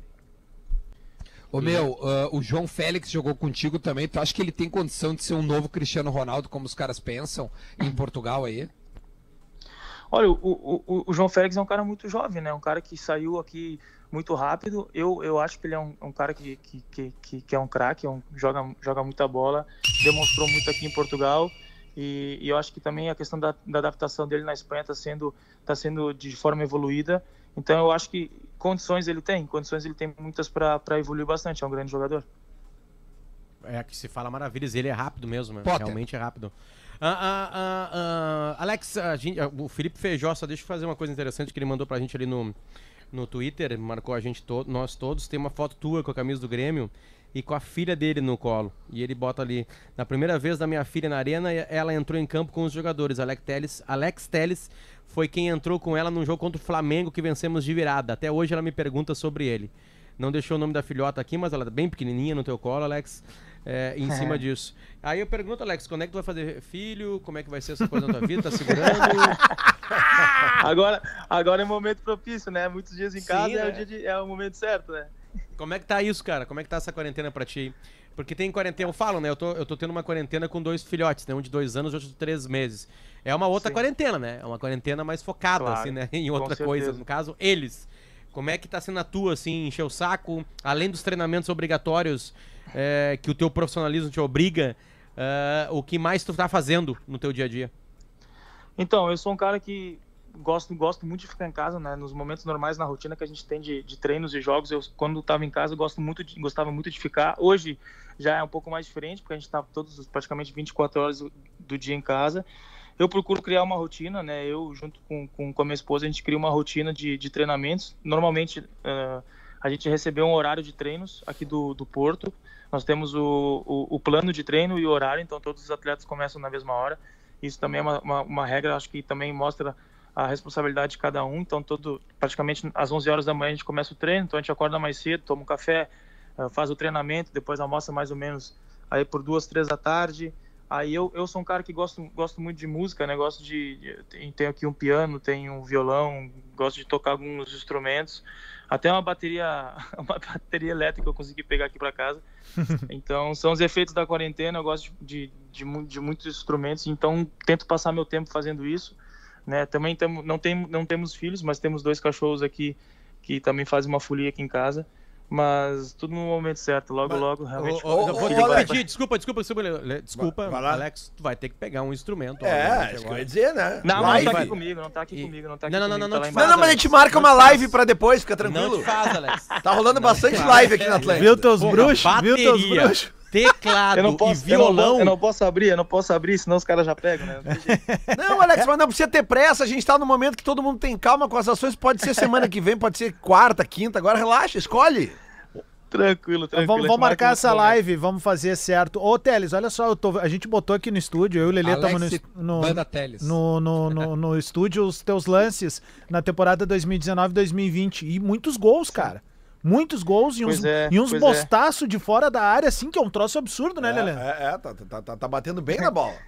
O João Félix jogou contigo também. Tu acha que ele tem condição de ser um novo Cristiano Ronaldo, como os caras pensam, em Portugal aí? Olha, o João Félix é um cara muito jovem, né? Um cara que saiu aqui muito rápido. Eu acho que ele é um cara que é um craque, joga muita bola, demonstrou muito aqui em Portugal. E eu acho que também a questão da adaptação dele na Espanha tá sendo de forma evoluída. Então eu acho que condições ele tem muitas para evoluir bastante, é um grande jogador. Que se fala maravilhas, ele é rápido mesmo, né? Realmente é rápido. Alex, o Felipe Feijó, só deixa eu fazer uma coisa interessante que ele mandou pra gente ali no Twitter, marcou a gente, nós todos, tem uma foto tua com a camisa do Grêmio e com a filha dele no colo, e ele bota ali, na primeira vez da minha filha na arena, ela entrou em campo com os jogadores, Alex Telles foi quem entrou com ela num jogo contra o Flamengo que vencemos de virada, até hoje ela me pergunta sobre ele. Não deixou o nome da filhota aqui, mas ela é bem pequenininha no teu colo, Alex. Em cima disso. Aí eu pergunto, Alex, quando é que tu vai fazer filho? Como é que vai ser essa coisa na tua vida? Tá segurando? Agora é o momento propício, né? Muitos dias em casa, Sim, né? é o momento certo, né? Como é que tá isso, cara? Como é que tá essa quarentena pra ti? Porque tem quarentena, eu falo, né? Eu tô tendo uma quarentena com 2 filhotes, né? Um de 2 anos e outro de 3 meses. É uma outra Sim. quarentena, né? É uma quarentena mais focada, Claro, assim, né? Em com outra coisa. certeza. No caso, eles. Como é que tá sendo a tua, assim, encher o saco? Além dos treinamentos obrigatórios que o teu profissionalismo te obriga, o que mais tu tá fazendo no teu dia a dia? Então, eu sou um cara que gosto muito de ficar em casa, né? Nos momentos normais, na rotina que a gente tem de treinos e jogos, eu, quando estava em casa, eu gostava muito de ficar. Hoje já é um pouco mais diferente, porque a gente está praticamente 24 horas do dia em casa. Eu procuro criar uma rotina, né? Eu, junto com a minha esposa, a gente cria uma rotina de treinamentos. Normalmente, a gente recebeu um horário de treinos aqui do Porto. Nós temos o plano de treino e o horário, então todos os atletas começam na mesma hora. Isso também é uma regra, acho que também mostra a responsabilidade de cada um. Então, praticamente às 11 horas da manhã a gente começa o treino, então a gente acorda mais cedo, toma um café, faz o treinamento, depois almoça mais ou menos aí por 2, 3 da tarde. Aí eu sou um cara que gosto muito de música, né? Gosto tenho aqui um piano, tenho um violão, gosto de tocar alguns instrumentos. Até uma bateria elétrica eu consegui pegar aqui para casa. Então, são os efeitos da quarentena. Eu gosto de muitos instrumentos, então tento passar meu tempo fazendo isso, né? Também não temos filhos, mas temos 2 cachorros aqui que também fazem uma folia aqui em casa. Mas tudo no momento certo, logo, realmente. Vou te pedir, desculpa, Vai lá. Alex, tu vai ter que pegar um instrumento. Isso que eu ia dizer, né? Não, Live. não tá aqui comigo, não tá aqui comigo. Não tá te lá faz, embaixo. Não, mas a gente marca uma live pra depois, fica Não tranquilo. te faz, Alex. Tá rolando bastante live aqui na Atlântida. Viu teus Porra, bruxos? Viu teus bateria, bruxos? teclado Eu não e posso, violão. eu não posso abrir, senão os caras já pegam, né? Não tem jeito. Não, Alex, mas não precisa ter pressa. A gente tá no momento que todo mundo tem calma com as ações. Pode ser semana que vem, pode ser quarta, quinta. Agora relaxa, escolhe. Tranquilo. Vamos marcar essa live, vamos fazer certo. Ô, Teles, olha só, a gente botou aqui no estúdio, eu e o Lelê estamos Banda Teles. no estúdio os teus lances na temporada 2019-2020 e muitos gols, cara. Muitos gols e uns bostaços de fora da área, assim, que é um troço absurdo, né, Lelê? Tá batendo bem na bola.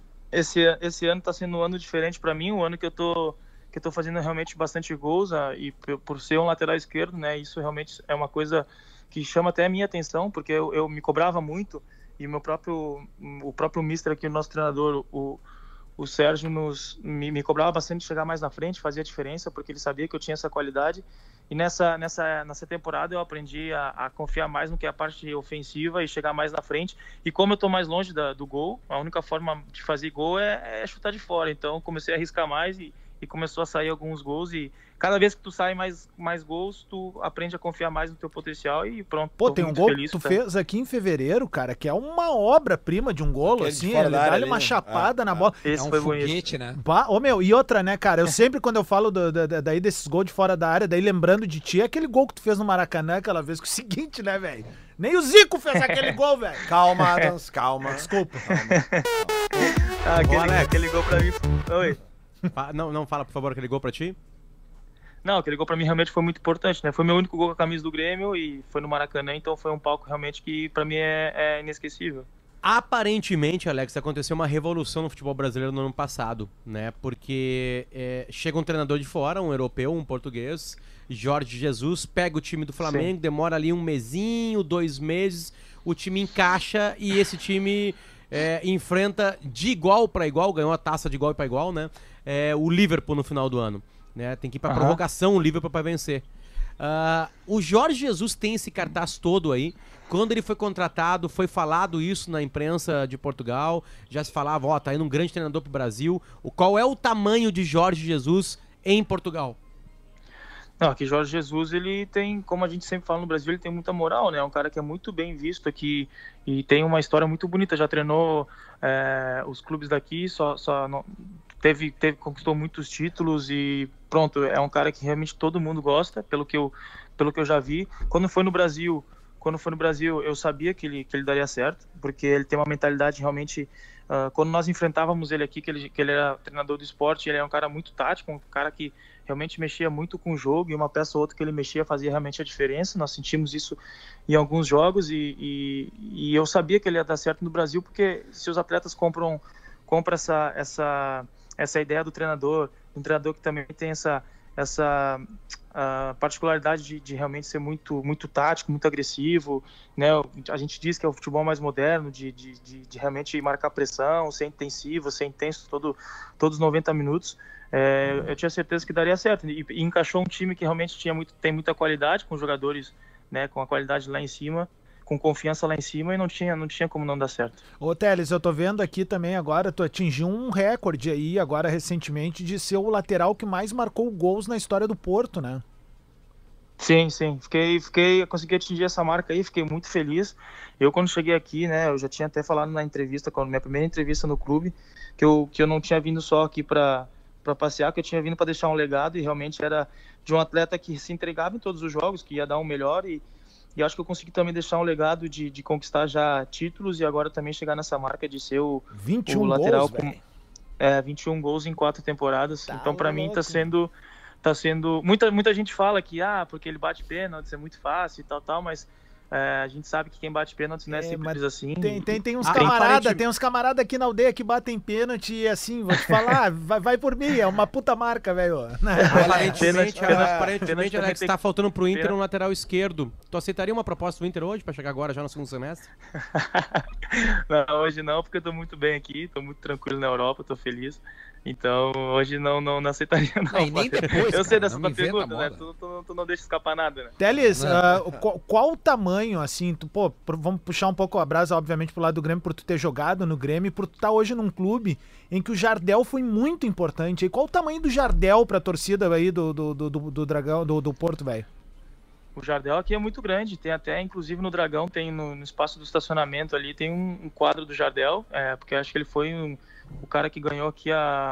Esse ano tá sendo um ano diferente pra mim, um ano que eu tô fazendo realmente bastante gols, e por ser um lateral esquerdo, né, isso realmente é uma coisa que chama até a minha atenção, porque eu me cobrava muito, e o próprio mister aqui, o nosso treinador, o Sérgio, me cobrava bastante de chegar mais na frente, fazia diferença, porque ele sabia que eu tinha essa qualidade, e nessa temporada eu aprendi a confiar mais no que é a parte ofensiva e chegar mais na frente, e como eu tô mais longe do gol, a única forma de fazer gol é chutar de fora, então comecei a arriscar mais e começou a sair alguns gols, e cada vez que tu sai mais gols, tu aprende a confiar mais no teu potencial e pronto. Pô, tem um gol que tu fez aqui em fevereiro, cara, que é uma obra-prima de um golo, assim, ele dá-lhe uma chapada na bola. Esse É um foi foguete, bonito. né? Ô, meu, e outra, né, cara, eu sempre quando eu falo daí desses gols de fora da área, daí lembrando de ti, é aquele gol que tu fez no Maracanã aquela vez, que é o seguinte, né, velho? Nem o Zico fez aquele gol, velho. Calma, Adams, calma. Desculpa. Aquele gol pra mim... Oi. Não, fala, por favor, aquele gol pra ti. Não, aquele gol pra mim realmente foi muito importante, né? Foi meu único gol com a camisa do Grêmio e foi no Maracanã, então foi um palco realmente que pra mim é inesquecível. Aparentemente, Alex, aconteceu uma revolução no futebol brasileiro no ano passado, né? Porque chega um treinador de fora, um europeu, um português, Jorge Jesus, pega o time do Flamengo, demora ali 1 mesinho, 2 meses, o time encaixa e esse time enfrenta de igual para igual, ganhou a taça de igual para igual, né? O Liverpool no final do ano. Né? Tem que ir pra prorrogação o Liverpool para vencer. O Jorge Jesus tem esse cartaz todo aí. Quando ele foi contratado, foi falado isso na imprensa de Portugal. Já se falava, tá indo um grande treinador pro Brasil. Qual é o tamanho de Jorge Jesus em Portugal? Não, aqui Jorge Jesus, ele tem, como a gente sempre fala no Brasil, ele tem muita moral, né? É um cara que é muito bem visto aqui e tem uma história muito bonita. Já treinou os clubes daqui, conquistou muitos títulos e pronto, é um cara que realmente todo mundo gosta, pelo que eu já vi. Quando foi no Brasil, eu sabia que ele daria certo, porque ele tem uma mentalidade realmente... quando nós enfrentávamos ele aqui, que ele era treinador do esporte, ele é um cara muito tático, um cara que realmente mexia muito com o jogo, e uma peça ou outra que ele mexia fazia realmente a diferença. Nós sentimos isso em alguns jogos, e eu sabia que ele ia dar certo no Brasil, porque se os atletas compram essa ideia do treinador, um treinador que também tem essa particularidade de realmente ser muito tático, muito agressivo, né? A gente diz que é o futebol mais moderno, de realmente marcar pressão, ser intensivo, ser intenso todos os 90 minutos. Eu tinha certeza que daria certo, e encaixou um time que realmente tem muita qualidade, com jogadores, né, com a qualidade lá em cima, com confiança lá em cima, e não tinha como não dar certo. Ô Teles, eu tô vendo aqui também agora, tu atingiu um recorde aí agora recentemente de ser o lateral que mais marcou gols na história do Porto, né? Sim, consegui atingir essa marca aí, fiquei muito feliz. Eu, quando cheguei aqui, né, eu já tinha até falado na entrevista, minha primeira entrevista no clube, que eu não tinha vindo só aqui para passear, que eu tinha vindo para deixar um legado, e realmente era de um atleta que se entregava em todos os jogos, que ia dar o melhor, e acho que eu consegui também deixar um legado de conquistar já títulos, e agora também chegar nessa marca de ser o lateral gols, com 21 gols em 4 temporadas. Então, para mim, tá sendo muita gente fala que porque ele bate pênaltis, é muito fácil e tal, mas a gente sabe que quem bate pênaltis não é simples assim. Tem uns camarada aqui na aldeia que batem pênalti, e assim, vou te falar, vai por mim, é uma puta marca, velho. Aparentemente, Alex, tá faltando pro Inter um lateral esquerdo. Tu aceitaria uma proposta do Inter hoje, pra chegar agora já no segundo semestre? Não, hoje não, porque eu tô muito bem aqui, tô muito tranquilo na Europa, tô feliz. Então, hoje não aceitaria, não. E nem depois, eu sei dessa tua pergunta, né? Tu não deixa escapar nada, né? Teles, qual o tamanho, assim, vamos puxar um pouco a brasa, obviamente, pro lado do Grêmio, por tu ter jogado no Grêmio, e por tu estar hoje num clube em que o Jardel foi muito importante. E qual o tamanho do Jardel pra torcida aí do Dragão, do Porto, velho? O Jardel aqui é muito grande, tem até, inclusive no Dragão, tem no espaço do estacionamento ali, tem um quadro do Jardel, porque acho que ele foi o cara que ganhou aqui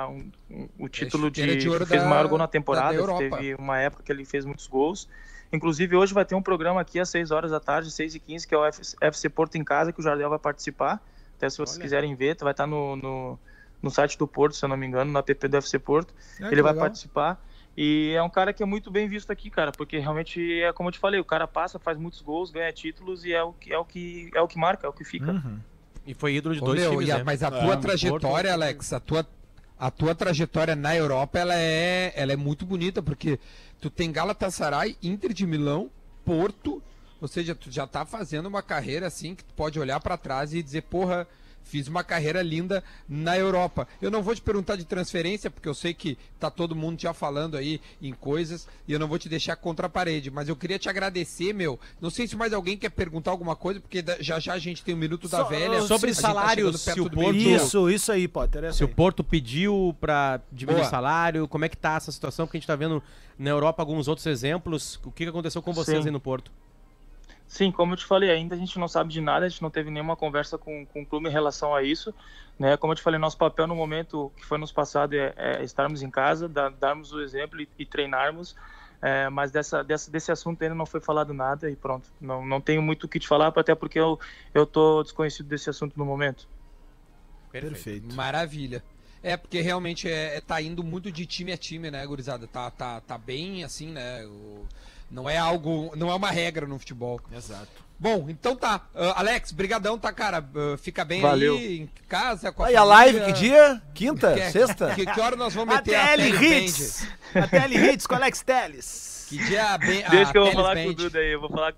o título que fez o maior gol na temporada. Teve uma época que ele fez muitos gols. Inclusive hoje vai ter um programa aqui às 6 horas da tarde, 6h15, que é o FC Porto em Casa, que o Jardel vai participar. Até se vocês quiserem ver, vai estar no site do Porto, se eu não me engano, no app do FC Porto. Ele vai participar. E é um cara que é muito bem visto aqui, cara, porque realmente é como eu te falei, o cara passa, faz muitos gols, ganha títulos, e é o que marca, é o que fica. Uhum. E foi ídolo de dois times, né? Mas a tua trajetória, Alex, a tua trajetória na Europa, ela é muito bonita, porque tu tem Galatasaray, Inter de Milão, Porto, ou seja, tu já tá fazendo uma carreira assim que tu pode olhar pra trás e dizer, porra, fiz uma carreira linda na Europa. Eu não vou te perguntar de transferência, porque eu sei que tá todo mundo já falando aí em coisas, e eu não vou te deixar contra a parede, mas eu queria te agradecer, meu. Não sei se mais alguém quer perguntar alguma coisa, porque já a gente tem um minuto da velha. Sobre salários, tá se o Porto... Isso aí, Potter. Se o Porto pediu pra diminuir o salário, como é que tá essa situação? Porque a gente tá vendo na Europa alguns outros exemplos. O que aconteceu com vocês aí no Porto? Sim, como eu te falei, ainda a gente não sabe de nada, a gente não teve nenhuma conversa com o clube em relação a isso, né? Como eu te falei, nosso papel no momento que foi nos passado é estarmos em casa, darmos o exemplo e treinarmos, mas desse assunto ainda não foi falado nada, e pronto. Não tenho muito o que te falar, até porque eu tô desconhecido desse assunto no momento. Perfeito. Maravilha. Porque realmente tá indo muito de time a time, né, gurizada? Tá bem assim, né? Não é uma regra no futebol. Exato. Bom, então tá. Alex, brigadão, tá, cara? Fica bem. Valeu. Aí, em casa, com a Aí a live, que dia? Quinta? Sexta? Que hora nós vamos meter a Teles Hits! A Tele Hits com Alex Teles. Que dia bem. Deixa que eu vou falar com o Duda aí,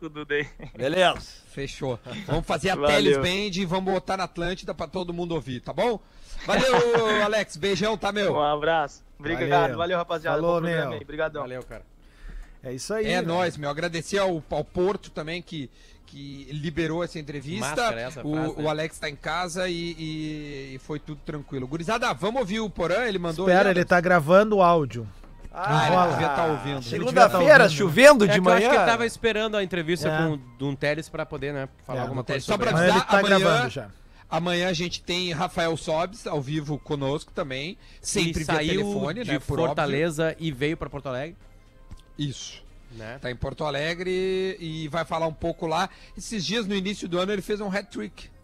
Beleza. Fechou. Vamos fazer a Valeu. Teles Band e vamos botar na Atlântida pra todo mundo ouvir, tá bom? Valeu, Alex. Beijão, tá, meu? Um abraço. Obrigado. Valeu, rapaziada. Falou, Bom programa meu. aí. Obrigadão. Valeu, cara. É isso aí. Nóis, meu. Agradecer ao Porto também que liberou essa entrevista. Máscara, essa frase, o Alex tá em casa e foi tudo tranquilo. Gurizada, vamos ouvir o Porã? Ele mandou. Espera, ele tá gravando o áudio. Ele devia estar ouvindo. Segunda-feira, chovendo de Eu manhã. acho que ele tava esperando a entrevista com o Teles pra poder, né, falar alguma coisa Só sobre pra ele. Mas avisar, ele tá gravando já. Amanhã a gente tem Rafael Sobes ao vivo conosco também. Sempre Ele via saiu telefone, de né? Por Fortaleza e veio pra Porto Alegre. Isso. Né? Tá em Porto Alegre e vai falar um pouco lá. Esses dias, no início do ano, ele fez um hat-trick.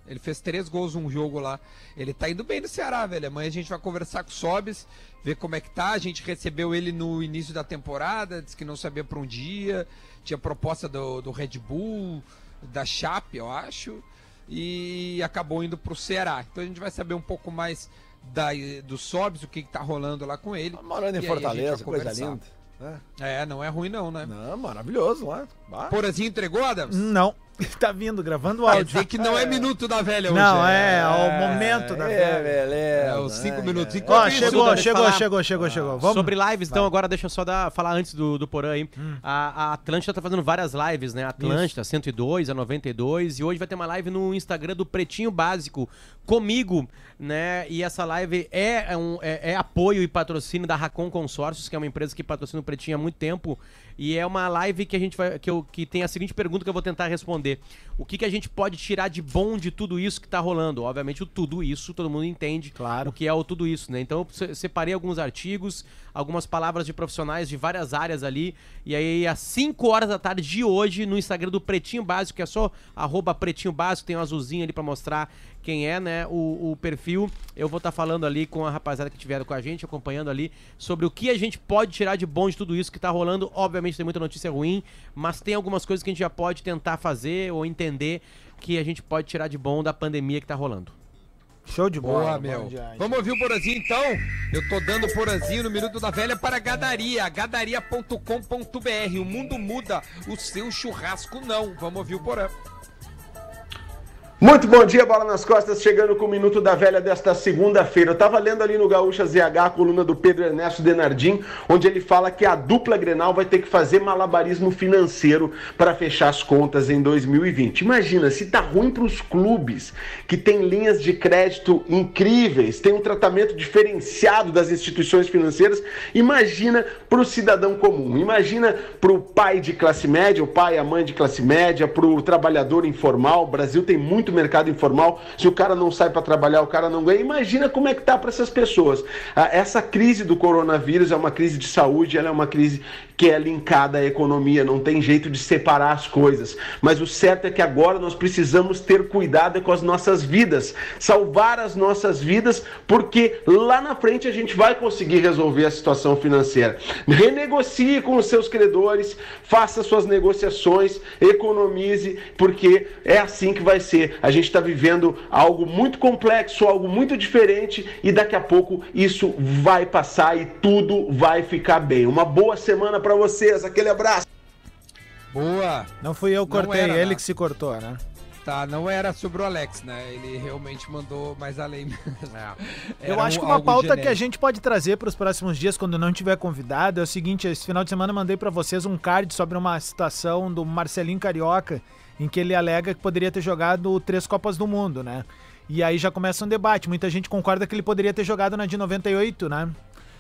Ele fez 3 gols num jogo lá. Ele tá indo bem no Ceará, velho. Amanhã a gente vai conversar com o Sobis, ver como é que tá. A gente recebeu ele no início da temporada, disse que não sabia pra um dia. Tinha proposta do Red Bull, da Chape, eu acho. E acabou indo pro Ceará. Então a gente vai saber um pouco mais do Sobis, o que tá rolando lá com ele. Morando em Fortaleza, coisa linda. Não é ruim não, né? Não, maravilhoso lá. Porazinho entregou, Adams? Não. Tá vindo, gravando o Quer áudio. dizer que não é minuto da velha hoje. Não, é o momento da velha. Beleza. Os 5 minutos. Ó, Chegou. chegou. Vamos. Sobre lives, então, agora deixa eu só falar antes do Porã aí. A Atlântida tá fazendo várias lives, né? Atlântida, 102, a 92. E hoje vai ter uma live no Instagram do Pretinho Básico comigo, né? E essa live é apoio e patrocínio da Racon Consórcios, que é uma empresa que patrocina o Pretinho há muito tempo. E é uma live que a gente vai. Que tem a seguinte pergunta que eu vou tentar responder. O que a gente pode tirar de bom de tudo isso que tá rolando? Obviamente, o tudo isso, todo mundo entende o que é o tudo isso, né? Então, eu separei alguns artigos, algumas palavras de profissionais de várias áreas ali. E aí, às 5 horas da tarde de hoje, no Instagram do Pretinho Básico, que é só @Pretinho Básico, tem um azulzinho ali pra mostrar quem é, né, o perfil. Eu vou estar falando ali com a rapaziada que estiver com a gente, acompanhando ali, sobre o que a gente pode tirar de bom de tudo isso que tá rolando. Obviamente tem muita notícia ruim, mas tem algumas coisas que a gente já pode tentar fazer ou entender que a gente pode tirar de bom da pandemia que tá rolando. Show de bola. Boa, meu. Vamos ouvir o Porazinho, então? Eu tô dando o Porazinho no Minuto da Velha para Gadaria, gadaria.com.br. O mundo muda, o seu churrasco não. Vamos ouvir o Porã. Muito bom dia, Bola nas Costas, chegando com o Minuto da Velha desta segunda-feira. Eu tava lendo ali no Gaúcha ZH a coluna do Pedro Ernesto Denardim, onde ele fala que a dupla Grenal vai ter que fazer malabarismo financeiro para fechar as contas em 2020. Imagina, se tá ruim para os clubes, que tem linhas de crédito incríveis, tem um tratamento diferenciado das instituições financeiras, imagina para o cidadão comum, imagina para o pai de classe média, o pai e a mãe de classe média, para o trabalhador informal. O Brasil tem muito mercado informal, se o cara não sai para trabalhar, o cara não ganha. Imagina como é que tá para essas pessoas. Essa crise do coronavírus é uma crise de saúde, ela é uma crise que é linkada à economia, não tem jeito de separar as coisas, mas o certo é que agora nós precisamos ter cuidado com as nossas vidas, salvar as nossas vidas, porque lá na frente a gente vai conseguir resolver a situação financeira. Renegocie com os seus credores, faça suas negociações, economize, porque é assim que vai ser. A gente está vivendo algo muito complexo, algo muito diferente, e daqui a pouco isso vai passar e tudo vai ficar bem. Uma boa semana para vocês, aquele abraço. Boa. Não fui eu que cortei, ele que se cortou, né? Tá, não era sobre o Alex, né? Ele realmente mandou mais além. Eu acho que uma pauta que a gente pode trazer para os próximos dias, quando não tiver convidado, é o seguinte: esse final de semana eu mandei para vocês um card sobre uma situação do Marcelinho Carioca, em que ele alega que poderia ter jogado 3 Copas do Mundo, né? E aí já começa um debate. Muita gente concorda que ele poderia ter jogado na de 98, né?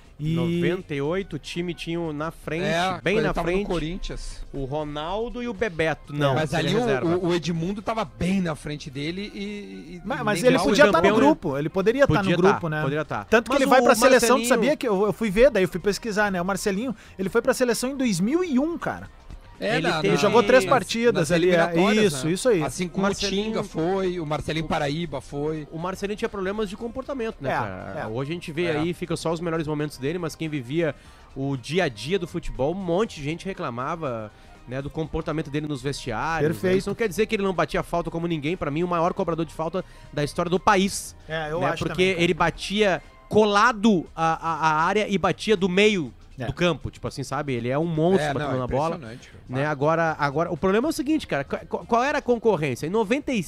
98, o time tinha na frente, bem na frente, no Corinthians, o Ronaldo e o Bebeto. Não, mas ali o Edmundo tava bem na frente dele Mas ele podia estar no grupo, ele poderia estar no grupo, né? Poderia estar. Tanto que ele vai pra seleção, tu sabia que eu fui ver, daí eu fui pesquisar, né? O Marcelinho, ele foi pra seleção em 2001, cara. Ele jogou 3 partidas ali. Isso aí. Assim como o Tinga foi, o Marcelinho Paraíba foi. O Marcelinho tinha problemas de comportamento, né, cara? Hoje a gente vê aí, fica só os melhores momentos dele, mas quem vivia o dia a dia do futebol, um monte de gente reclamava, né, do comportamento dele nos vestiários. Perfeito. Né? Isso não quer dizer que ele não batia falta como ninguém. Pra mim, o maior cobrador de falta da história do país. Eu acho porque também, ele batia colado a área e batia do meio do campo, tipo assim, sabe? Ele é um monstro batendo na bola. Né? Agora, o problema é o seguinte, cara. Qual era a concorrência? Em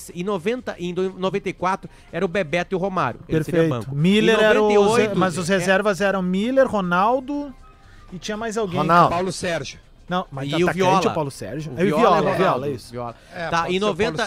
94 era o Bebeto e o Romário. Perfeito. Banco. Miller 98, mas os reservas eram Miller, Ronaldo e tinha mais alguém. Paulo Sérgio. Não, mas e o Viola. O Paulo Sérgio. O Viola, isso. Viola. Tá, em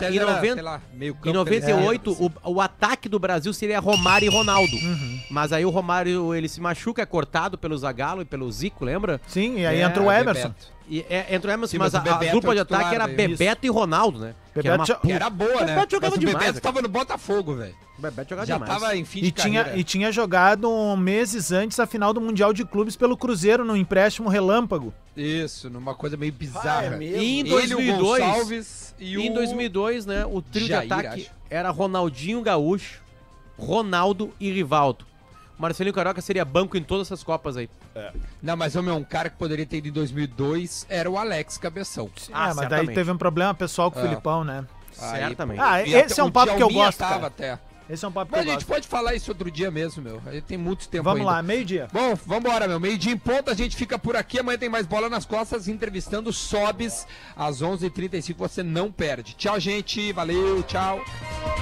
98, o ataque do Brasil seria Romário e Ronaldo. Mas aí o Romário, ele se machuca, é cortado pelo Zagallo e pelo Zico, lembra? Sim, e aí entra o Emerson. Entrou Emerson, Sim, mas mas o a Bebeto dupla de é o titular, ataque era né? Bebeto e Ronaldo, né? Que era boa, né? Bebeto jogava Mas o demais, Bebeto tava no Botafogo, velho. O Bebeto jogava Já demais. tava em fim de E carreira. tinha jogado meses antes a final do Mundial de Clubes pelo Cruzeiro no empréstimo relâmpago. Isso, numa coisa meio bizarra. é mesmo? E em Ele, 2002, o Gonçalves e em 2002, né, o trio Jair, de ataque acho. era Ronaldinho Gaúcho, Ronaldo e Rivaldo. Marcelinho Carioca seria banco em todas essas Copas aí. Não, mas um cara que poderia ter ido em 2002 era o Alex Cabeção. Mas daí certamente. teve um problema pessoal com o Filipão, né? Certamente. E Esse até é um o papo que eu Djalminha gosto, tava cara. até. Esse é um papo que Mas eu a gente gosto. pode falar isso outro dia mesmo, meu. A gente tem muito tempo Vamos ainda. lá, meio-dia. Bom, vambora, meu. Meio-dia em ponto, a gente fica por aqui. Amanhã tem mais Bola nas Costas, entrevistando Sobes às 11h35. Você não perde. Tchau, gente. Valeu, tchau.